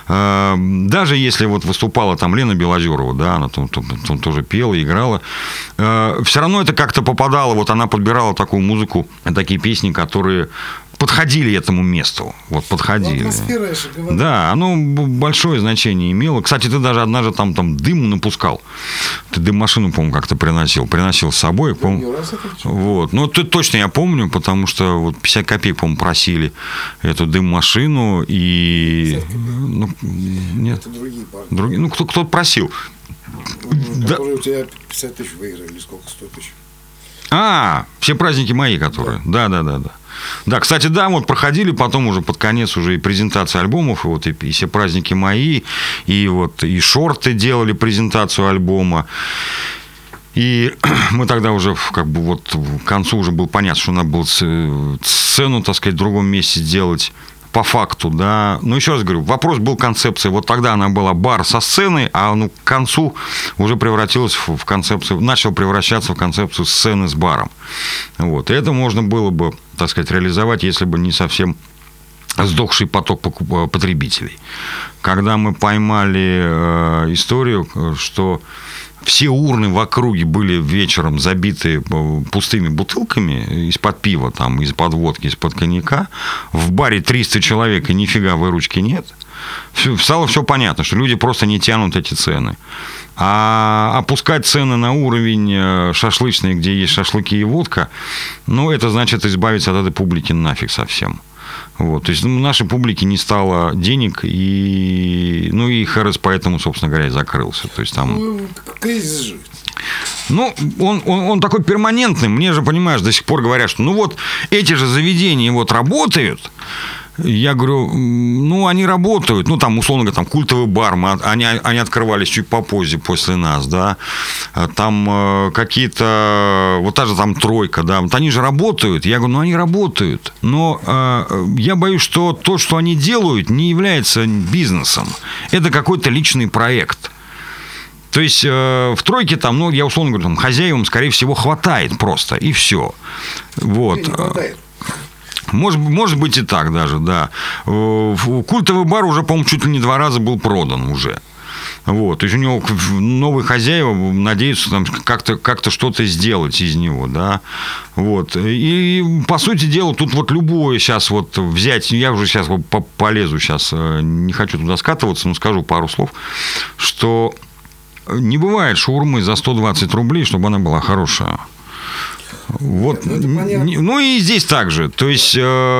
даже если вот выступала там Лена Белозерова, да, она там тоже пела, играла. Все равно это как-то попадало. Вот она подбирала такую музыку, такие песни, которые подходили этому месту. Вот подходили. Атмосфера, я же говорю. Да, оно большое значение имело. Кстати, ты даже однажды там дыму напускал. Ты дым-машину, по-моему, как-то приносил с собой. Вот. Ну, это точно я помню, потому что вот 50 копеек, по-моему, просили эту дым-машину. И... Ну, нет. Это другие. Ну, кто-то просил. Которые у тебя 50 тысяч выиграли, сколько, 100 тысяч? Все праздники мои, которые. Да. Да, кстати, да, вот проходили потом уже под конец уже и презентации альбомов, и вот и все праздники мои, и вот и шорты делали презентацию альбома. И мы тогда уже как бы вот к концу уже было понятно, что надо было сцену, так сказать, в другом месте сделать. По факту, да. Но еще раз говорю, вопрос был концепции. Вот тогда она была бар со сценой, а к концу уже превратилась в концепцию, начал превращаться в концепцию сцены с баром. Вот. И это можно было бы, так сказать, реализовать, если бы не совсем сдохший поток потребителей. Когда мы поймали историю, что все урны в округе были вечером забиты пустыми бутылками из-под пива, там, из-под водки, из-под коньяка. В баре 300 человек, и нифига выручки нет. Стало все понятно, что люди просто не тянут эти цены. А опускать цены на уровень шашлычный, где есть шашлыки и водка, ну, это значит избавиться от этой публики нафиг совсем. Вот, то есть нашей публике не стало денег, и ХРС поэтому, собственно говоря, и закрылся. То есть там... Кризис же. Ну, он такой перманентный. Мне же, понимаешь, до сих пор говорят, что ну вот эти же заведения вот работают, Я говорю, ну, они работают. Ну, там, условно говоря, там культовый бар. Они открывались чуть попозже после нас, да. Там какие-то... Вот та же там тройка, да. Вот они же работают. Я говорю, ну, они работают. Но я боюсь, что то, что они делают, не является бизнесом. Это какой-то личный проект. То есть в тройке там, ну, я условно говорю, там, хозяевам, скорее всего, хватает просто. И все. Вот. Не хватает. Может быть и так даже, да. Культовый бар уже, по-моему, чуть ли не 2 раза был продан уже. Вот. То есть у него новые хозяева надеются там как-то что-то сделать из него, да. Вот. И, по сути дела, тут вот любое сейчас вот взять, я уже сейчас полезу, сейчас не хочу туда скатываться, но скажу пару слов, что не бывает шаурмы за 120 рублей, чтобы она была хорошая. Вот. Ну и здесь также. То есть,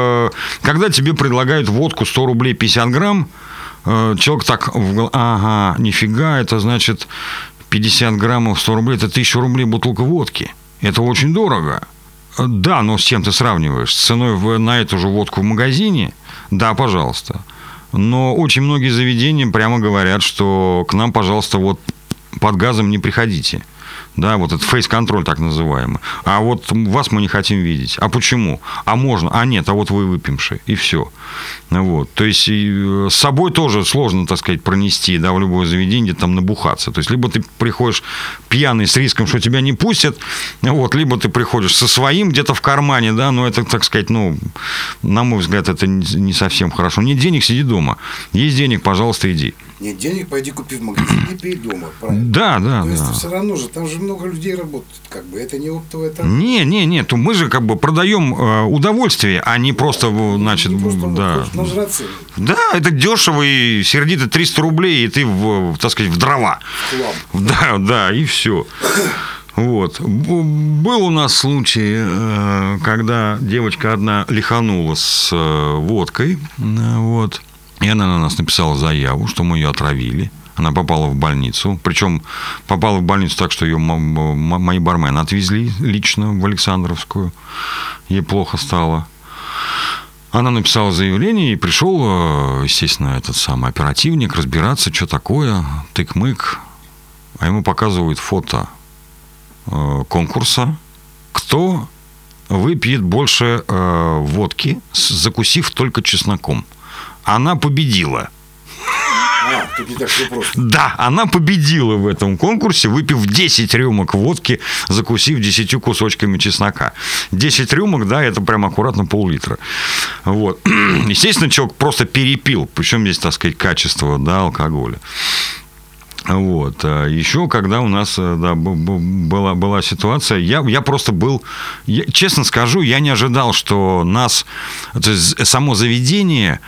когда тебе предлагают водку 100 рублей 50 грамм, человек так, ага, нифига, это значит 50 граммов 100 рублей, это 1000 рублей бутылка водки. Это очень дорого. Да, но с чем ты сравниваешь? С ценой на эту же водку в магазине? Да, пожалуйста. Но очень многие заведения прямо говорят, что к нам, пожалуйста, вот под газом не приходите. Да, вот этот фейс-контроль так называемый. А вот вас мы не хотим видеть. А почему? А можно? А нет, а вот вы выпившие. И все. Вот. То есть с собой тоже сложно, так сказать, пронести, да, в любое заведение, там набухаться. То есть либо ты приходишь пьяный с риском, что тебя не пустят, вот, либо ты приходишь со своим где-то в кармане, да, но это, так сказать, ну, на мой взгляд, это не совсем хорошо. Нет денег, сиди дома. Есть денег, пожалуйста, иди. Нет денег, пойди купи в магазине и пей дома, правильно? Да, да, то есть да. все равно же, там же много людей работает, как бы, это не оптовое там. Не, то мы же как бы продаем удовольствие, а не просто, значит, не просто да. Нажраться. Да, это дешево и сердито 300 рублей, и ты, так сказать, в дрова. Да, и все. Вот. Был у нас случай, когда девочка одна лиханула с водкой, вот. И она на нас написала заяву, что мы ее отравили. Она попала в больницу. Причем попала в больницу так, что ее мои бармены отвезли лично в Александровскую. Ей плохо стало. Она написала заявление, и пришел, естественно, этот самый оперативник разбираться, что такое, тык-мык. А ему показывают фото конкурса, кто выпьет больше водки, закусив только чесноком. Она победила. Тут не так все просто. Да, она победила в этом конкурсе, выпив 10 рюмок водки, закусив 10 кусочками чеснока. 10 рюмок, да, это прям аккуратно пол-литра. Вот. Естественно, человек просто перепил. Причем здесь, так сказать, качество, да, алкоголя. Вот. Еще, когда у нас, да, была ситуация, я просто был, честно скажу, я не ожидал, что нас, то есть само заведение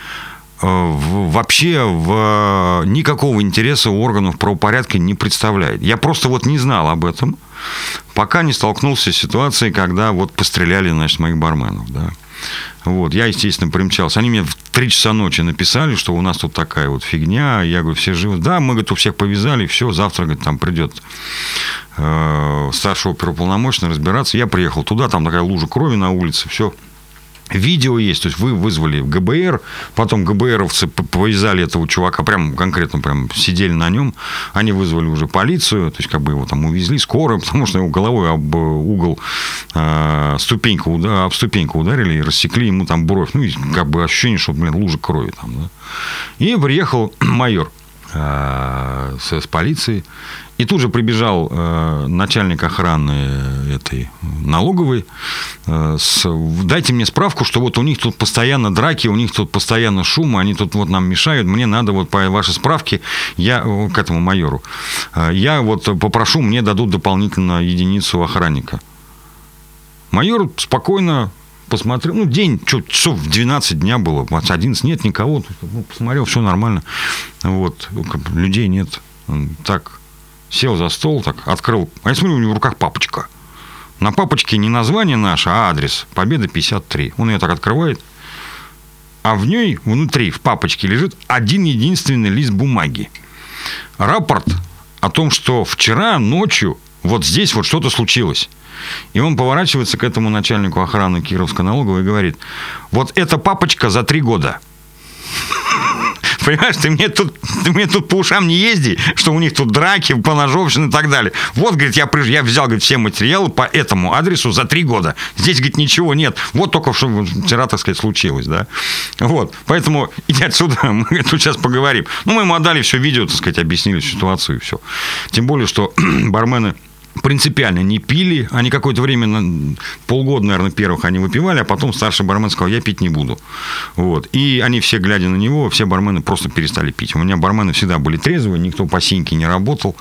вообще никакого интереса у органов правопорядка не представляет. Я просто вот не знал об этом, пока не столкнулся с ситуацией, когда вот постреляли, значит, моих барменов, да. Вот, я, естественно, примчался. Они мне в 3 часа ночи написали, что у нас тут такая вот фигня. Я говорю, все живы? Да, мы, говорит, у всех повязали, все, завтра, говорит, там придет старший оперуполномоченный разбираться. Я приехал туда, там такая лужа крови на улице, все. Видео есть, то есть вы вызвали ГБР, потом ГБРовцы повязали этого чувака, прям конкретно прям сидели на нем, они вызвали уже полицию, то есть как бы его там увезли, скорую, потому что его головой об угол, об ступеньку ударили и рассекли ему там бровь, ну и как бы ощущение, что, блин, лужа крови там, да. И приехал майор с полицией. И тут же прибежал начальник охраны этой налоговой. Дайте мне справку, что вот у них тут постоянно драки, у них тут постоянно шум, они тут вот нам мешают. Мне надо вот по вашей справке, я к этому майору, я вот попрошу, мне дадут дополнительно единицу охранника. Майор спокойно посмотрел, ну, день, часов в 12 дня было, 11 нет никого, ну, посмотрел, все нормально, вот, людей нет, так, сел за стол, так, открыл, а я смотрю, у него в руках папочка, на папочке не название наше, а адрес, Победа 53, он ее так открывает, а в ней, внутри, в папочке лежит один единственный лист бумаги, рапорт о том, что вчера ночью вот здесь вот что-то случилось. И он поворачивается к этому начальнику охраны Кировской налоговой и говорит: вот эта папочка за 3 года. Понимаешь, ты мне тут по ушам не езди, что у них тут драки, поножовщина и так далее. Вот, говорит, я взял, говорит, все материалы по этому адресу за 3 года. Здесь, говорит, ничего нет. Вот только что вчера, так сказать, случилось, да. Вот, поэтому иди отсюда, мы тут сейчас поговорим. Ну, мы ему отдали все видео, так сказать, объяснили ситуацию и все. Тем более, что бармены принципиально не пили. Они какое-то время, полгода, наверное, первых они выпивали, а потом старший бармен сказал: я пить не буду. Вот. И они все, глядя на него, все бармены просто перестали пить. У меня бармены всегда были трезвые, никто по синьке не работал.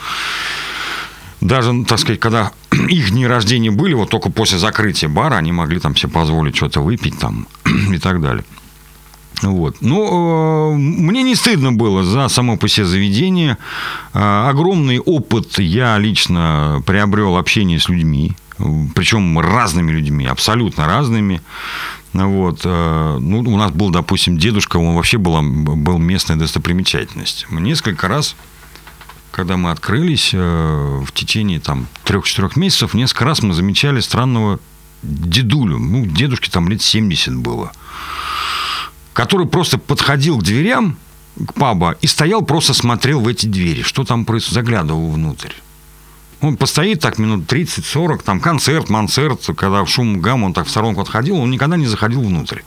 Даже, так сказать, когда их дни рождения были, вот только после закрытия бара они могли там себе позволить что-то выпить там и так далее. Вот. Ну, мне не стыдно было за само по себе заведение. Огромный опыт я лично приобрел общение с людьми, причем разными людьми, абсолютно разными. Вот. Ну, у нас был, допустим, дедушка, он вообще был местная достопримечательность. Несколько раз, когда мы открылись, в течение там 3-4 месяцев, несколько раз мы замечали странного дедулю. Ну, дедушке там лет 70 было, который просто подходил к дверям, к паба, и стоял, просто смотрел в эти двери, что там происходит, заглядывал внутрь. Он постоит так минут 30-40, там концерт, мансерт, когда шум, гам, он так в сторонку отходил, он никогда не заходил внутрь.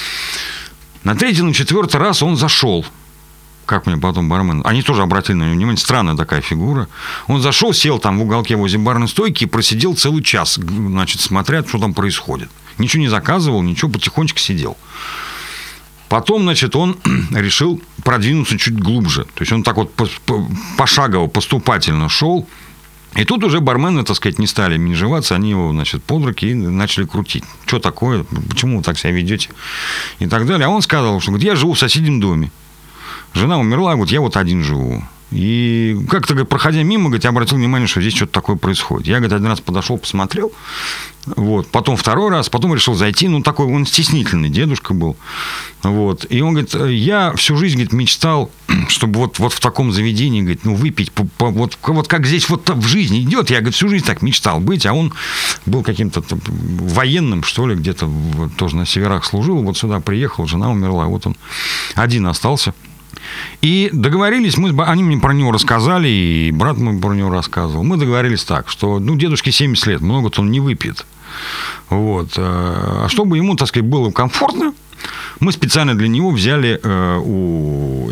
На 3-й, на 4-й раз он зашел. Как мне потом бармен... Они тоже обратили на него внимание, странная такая фигура. Он зашел, сел там в уголке возле барной стойки и просидел целый час, значит, смотря, что там происходит. Ничего не заказывал, ничего, потихонечку сидел. Потом, значит, он решил продвинуться чуть глубже. То есть он так вот пошагово, поступательно шел. И тут уже бармены, так сказать, не стали менжеваться. Они его, значит, под руки и начали крутить. Что такое? Почему вы так себя ведете? И так далее. А он сказал, что, говорит, я живу в соседнем доме. Жена умерла, говорит, я вот один живу. И как-то, говорит, проходя мимо, говорит, я обратил внимание, что здесь что-то такое происходит. Я, говорит, один раз подошел, посмотрел, вот, потом второй раз, потом решил зайти, ну, такой он стеснительный дедушка был, вот, и он говорит, я всю жизнь, говорит, мечтал, чтобы вот в таком заведении, говорит, ну, выпить, вот как здесь вот в жизни идет, я, говорит, всю жизнь так мечтал быть, а он был каким-то военным, что ли, где-то тоже на северах служил, вот сюда приехал, жена умерла, вот он один остался. И договорились, они мне про него рассказали, и брат мой про него рассказывал. Мы договорились так, что, ну, дедушке 70 лет, много-то он не выпьет. Вот. А чтобы ему, так сказать, было комфортно, мы специально для него взяли у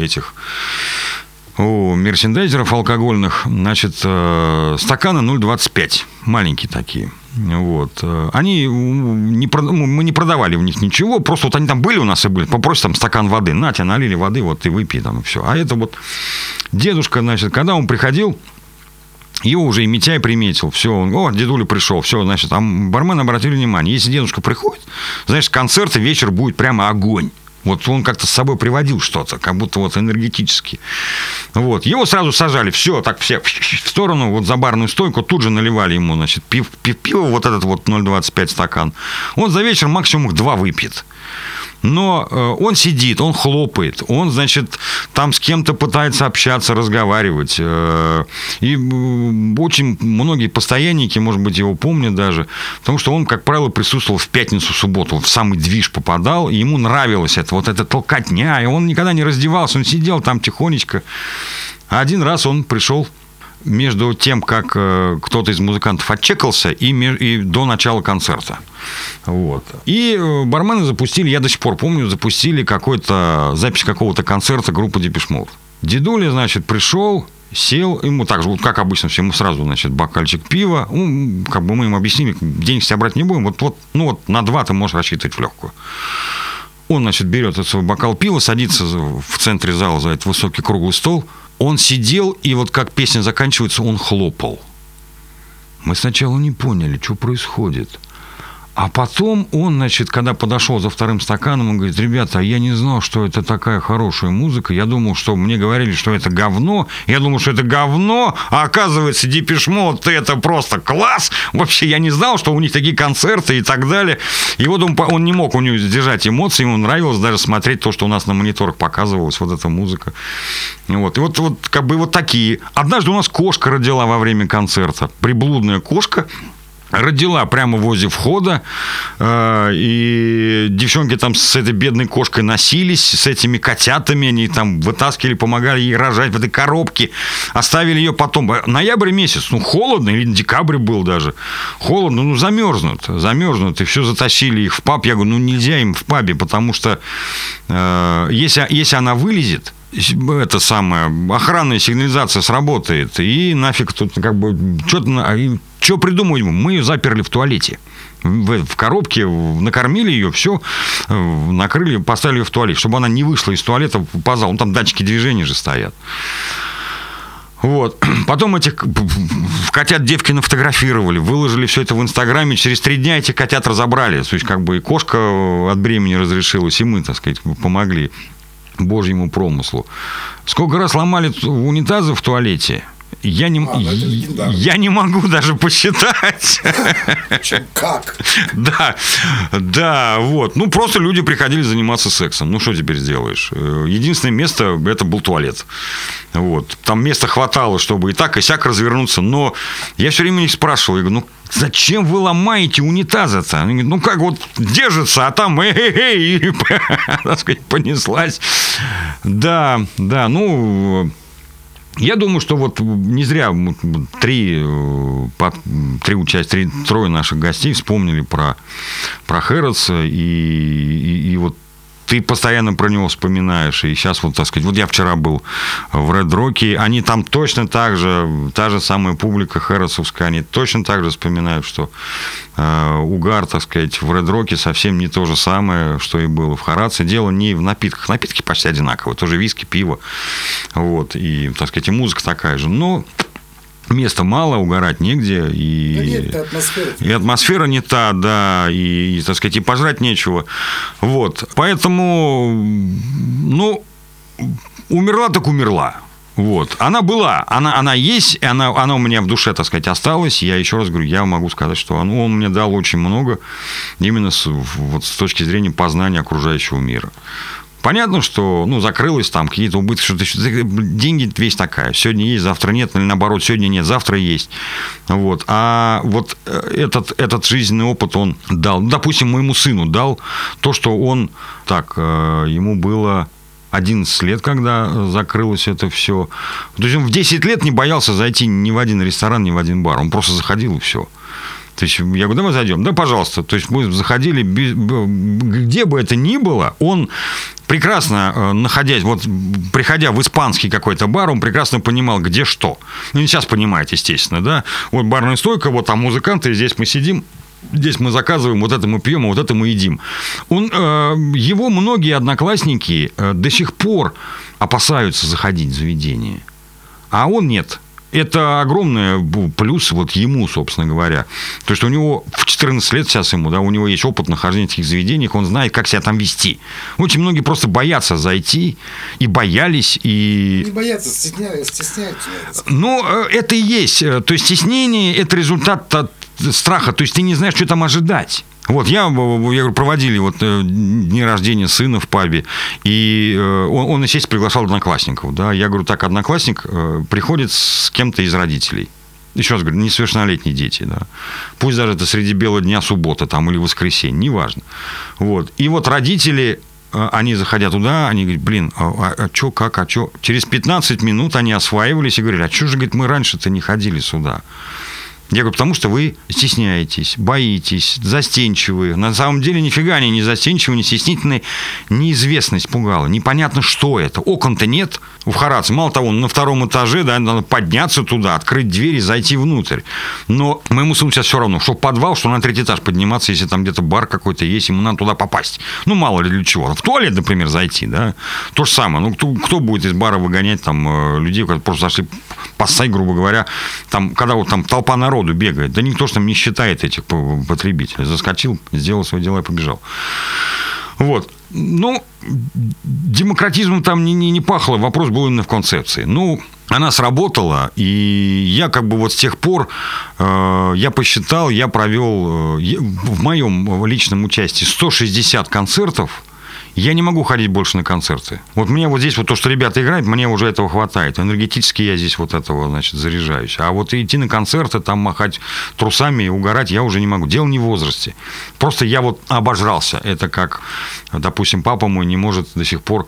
мерчендайзеров алкогольных, значит, стаканы 0,25, маленькие такие. Вот. Мы не продавали в них ничего, просто вот они там были у нас и были, попросят там стакан воды, на тебе налили воды, вот ты выпей там и все. А это вот дедушка, значит, когда он приходил, его уже и Митяй приметил, все, он, дедуля пришел, все, значит, а бармен обратили внимание, если дедушка приходит, значит, концерт и вечер будет прямо огонь. Вот он как-то с собой приводил что-то, как будто вот энергетически. Вот. Его сразу сажали, все, так все в сторону, вот за барную стойку, тут же наливали ему, значит, пиво, вот этот вот 0,25 стакан. Он за вечер максимум 2 выпьет. Но он сидит, он хлопает, он, значит, там с кем-то пытается общаться, разговаривать. И очень многие постоянники, может быть, его помнят даже, потому что он, как правило, присутствовал в пятницу, в субботу, в самый движ попадал, и ему нравилось это, вот эта толкотня, и он никогда не раздевался, он сидел там тихонечко. А один раз он пришел между тем, как кто-то из музыкантов отчекался, и до начала концерта. Вот. И бармены запустили, я до сих пор помню, запустили запись какого-то концерта группы Депеш Мод. Дедуля, значит, пришел, сел, ему так же, как обычно, ему сразу, значит, бокальчик пива. Как бы мы им объяснили, денег себе брать не будем, вот на 2 ты можешь рассчитывать в легкую. Он, значит, берет этот свой бокал пива, садится в центре зала за этот высокий круглый стол. Он сидел, и вот как песня заканчивается, он хлопал. Мы сначала не поняли, что происходит. А потом он, значит, когда подошел за вторым стаканом, он говорит, ребята, я не знал, что это такая хорошая музыка. Я думал, что мне говорили, что это говно. Я думал, что это говно, а оказывается, Депеш Мод, это просто класс. Вообще, я не знал, что у них такие концерты и так далее. И вот он не мог у него сдержать эмоции, ему нравилось даже смотреть то, что у нас на мониторах показывалось, вот эта музыка. Вот. И вот как бы вот такие. Однажды у нас кошка родила во время концерта. Приблудная кошка. родила прямо возле входа, и девчонки там с этой бедной кошкой носились, с этими котятами, они там вытаскивали, помогали ей рожать в этой коробке, оставили ее потом. Ноябрь месяц, холодно, или декабрь был даже, холодно, замерзнут, и все затащили их в паб. Я говорю, нельзя им в пабе, потому что если она вылезет, это самое, охранная сигнализация сработает, и нафиг тут что придумывать? Мы ее заперли в туалете. В коробке, накормили ее, все, накрыли, поставили ее в туалет, чтобы она не вышла из туалета по залу. Там датчики движения же стоят. Вот. Потом этих котят девки нафотографировали, выложили все это в Инстаграме. Через 3 дня этих котят разобрали. То есть, и кошка от бремени разрешилась, и мы, так сказать, помогли Божьему промыслу. Сколько раз ломали унитазы в туалете? Я не могу даже посчитать. Как? Да, вот. Просто люди приходили заниматься сексом. Что теперь сделаешь? Единственное место, это был туалет. Вот. Там места хватало, чтобы и так, и сяк развернуться. Но я все время их спрашивал. Я говорю, зачем вы ломаете унитазы-то? Они говорят, как вот держится, а там так сказать, понеслась. Да, я думаю, что вот не зря трое наших гостей вспомнили про Хэрротса, и вот ты постоянно про него вспоминаешь. И сейчас, вот, так сказать, вот я вчера был в Ред Роке, они там точно так же, та же самая публика хэрротсовская, они точно так же вспоминают, что угар, так сказать, в Ред Роке совсем не то же самое, что и было в Харадсе. Дело не в напитках. Напитки почти одинаковые. Тоже виски, пиво. Вот. И, так сказать, и музыка такая же. Но места мало, угорать негде, и атмосфера не та, да, и, так сказать, и пожрать нечего. Вот. Поэтому, умерла так умерла. Вот. Она была, она есть, и она у меня в душе, так сказать, осталась. Я еще раз говорю, я могу сказать, что он мне дал очень много именно с точки зрения познания окружающего мира. Понятно, что закрылось там какие-то убытки, что-то деньги вещь такая. Сегодня есть, завтра нет, или наоборот, сегодня нет, завтра есть. Вот. А вот этот жизненный опыт он дал. Допустим, моему сыну дал то, что он ему было 11 лет, когда закрылось это все. То есть он в 10 лет не боялся зайти ни в один ресторан, ни в один бар. Он просто заходил, и все. То есть я говорю, давай зайдем. Да, пожалуйста. То есть мы заходили, где бы это ни было, он прекрасно, приходя в испанский какой-то бар, он прекрасно понимал, где что. Не сейчас понимает, естественно, да. Вот барная стойка, вот там музыканты, здесь мы сидим, здесь мы заказываем, вот это мы пьем, а вот это мы едим. Его многие одноклассники до сих пор опасаются заходить в заведение, а он нет. Это огромный плюс ему, собственно говоря. То, что у него в 14 лет сейчас ему, да, у него есть опыт нахождения в таких заведениях, он знает, как себя там вести. Очень многие просто боятся зайти, и боялись, и... Не боятся, стесняются. Это и есть. То есть стеснение – это результат страха. То есть ты не знаешь, что там ожидать. Вот, я говорю, проводили дни рождения сына в пабе, и он, естественно, приглашал одноклассников. Да? Я говорю, так, одноклассник приходит с кем-то из родителей. Еще раз говорю, несовершеннолетние дети. Да? Пусть даже это среди бела дня, суббота там, или воскресенье, неважно. Вот. И вот родители, они, заходя туда, они говорят, что, как, что? Через 15 минут они осваивались и говорили, а что же, говорит, мы раньше-то не ходили сюда? Я говорю, потому что вы стесняетесь, боитесь, застенчивы. На самом деле нифига они не застенчивы, не стеснительные. Неизвестность пугала. Непонятно, что это. Окон-то нет в Харадсе. Мало того, на 2-м этаже, да, надо подняться туда, открыть дверь и зайти внутрь. Но моему сыну сейчас все равно, что в подвал, что на 3-й этаж подниматься, если там где-то бар какой-то есть, ему надо туда попасть. Мало ли для чего. В туалет, например, зайти, да. То же самое. Кто будет из бара выгонять там людей, которые просто зашли поссать, грубо говоря, там, когда вот там толпа народу бегает. Да никто же там не считает этих потребителей. Заскочил, сделал свои дела и побежал. Вот. Демократизмом там не пахло. Вопрос был именно в концепции. Она сработала, и я с тех пор, я посчитал, я провел в моем личном участии 160 концертов, Я не могу ходить больше на концерты. Вот мне вот здесь вот то, что ребята играют, мне уже этого хватает. Энергетически я здесь вот этого, значит, заряжаюсь. А вот идти на концерты, там махать трусами и угорать я уже не могу. Дело не в возрасте. Просто я вот обожрался. Это как, допустим, папа мой не может до сих пор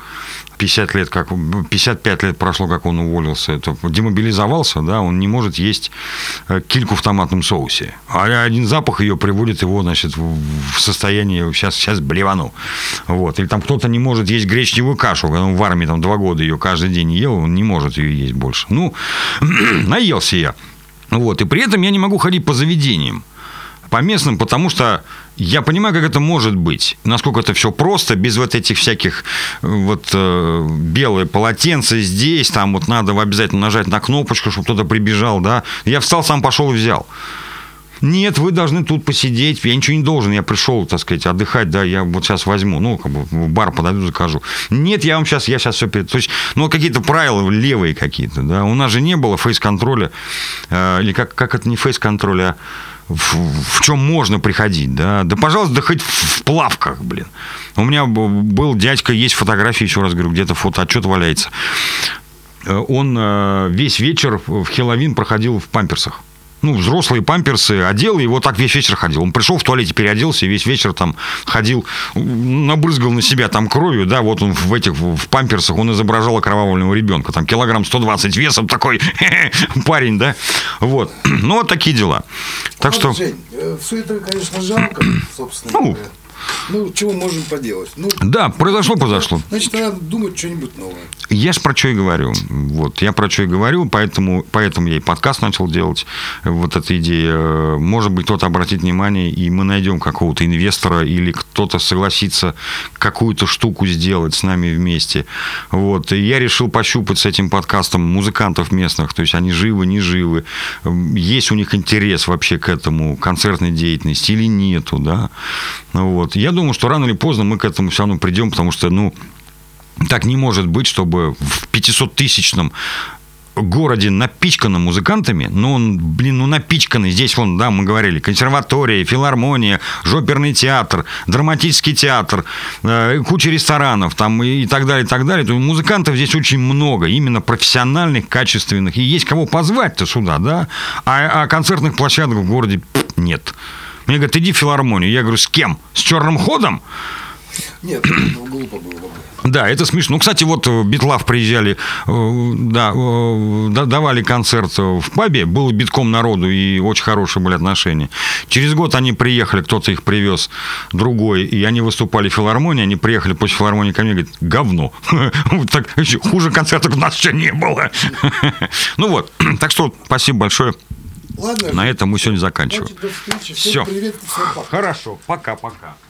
55 лет прошло, как он уволился, это демобилизовался, да, он не может есть кильку в томатном соусе. А один запах ее приводит его, значит, в состояние сейчас блевану. Вот. Или там кто-то не может есть гречневую кашу, когда он в армии там 2 года ее каждый день ел, он не может ее есть больше. Ну, наелся я. Вот. И при этом я не могу ходить по заведениям, по местным, потому что я понимаю, как это может быть, насколько это все просто, без вот этих всяких вот белые полотенца здесь, там вот надо обязательно нажать на кнопочку, чтобы кто-то прибежал, да. Я встал, сам пошел и взял. Нет, вы должны тут посидеть, я ничего не должен, я пришел, так сказать, отдыхать, да, я вот сейчас возьму, ну, как бы в бар подойду, закажу. Нет, я сейчас все... То есть, ну, какие-то правила левые какие-то, да. У нас же не было фейс-контроля, или как это не фейс-контроль, а в чем можно приходить, да. Да, пожалуйста, да хоть в плавках, блин. У меня был дядька, есть фотографии, еще раз говорю, где-то фотоотчет валяется. Он весь вечер в Хэллоуин проходил в памперсах. Ну, взрослые памперсы одел, и вот так весь вечер ходил. Он пришел в туалете, переоделся, и весь вечер там ходил, набрызгал на себя там кровью, да, вот он в памперсах, он изображал окровавленного ребенка, там килограмм 120 весом, такой парень, да, вот. Ну, вот такие дела. Так что... Жень, все это, конечно, жалко, собственно говоря. Ну, чего можем поделать? Ну, да, произошло. Значит, надо думать что-нибудь новое. Я ж про что и говорю. Вот, я про что и говорю, поэтому я и подкаст начал делать. Вот эта идея. Может быть, кто-то обратит внимание, и мы найдем какого-то инвестора, или кто-то согласится какую-то штуку сделать с нами вместе. Вот. И я решил пощупать с этим подкастом музыкантов местных. То есть, они живы, не живы. Есть у них интерес вообще к этому, концертной деятельности или нету, да. Вот. Я думаю, что рано или поздно мы к этому все равно придем, потому что, ну, так не может быть, чтобы в 500-тысячном городе, напичканном музыкантами, ну, он, напичканный, здесь, вон, да, мы говорили, консерватория, филармония, оперный театр, драматический театр, куча ресторанов, там, и так далее, и так далее. То есть музыкантов здесь очень много, именно профессиональных, качественных, и есть кого позвать-то сюда, да, а концертных площадок в городе нет. Мне говорят, иди в филармонию. Я говорю, с кем? С черным ходом? Нет, глупо было бы. Да, это смешно. Ну, кстати, вот Битлав приезжали, давали концерт в пабе, было битком народу, и очень хорошие были отношения. Через год они приехали, кто-то их привез, другой, и они выступали в филармонии, они приехали после филармонии ко мне, говорят, говно. Так, хуже концертов у нас еще не было. Ну вот, так что спасибо большое. Ладно. На этом мы сегодня заканчиваем. Значит, до встречи. Все. Привет, всем пока. Хорошо. Пока-пока.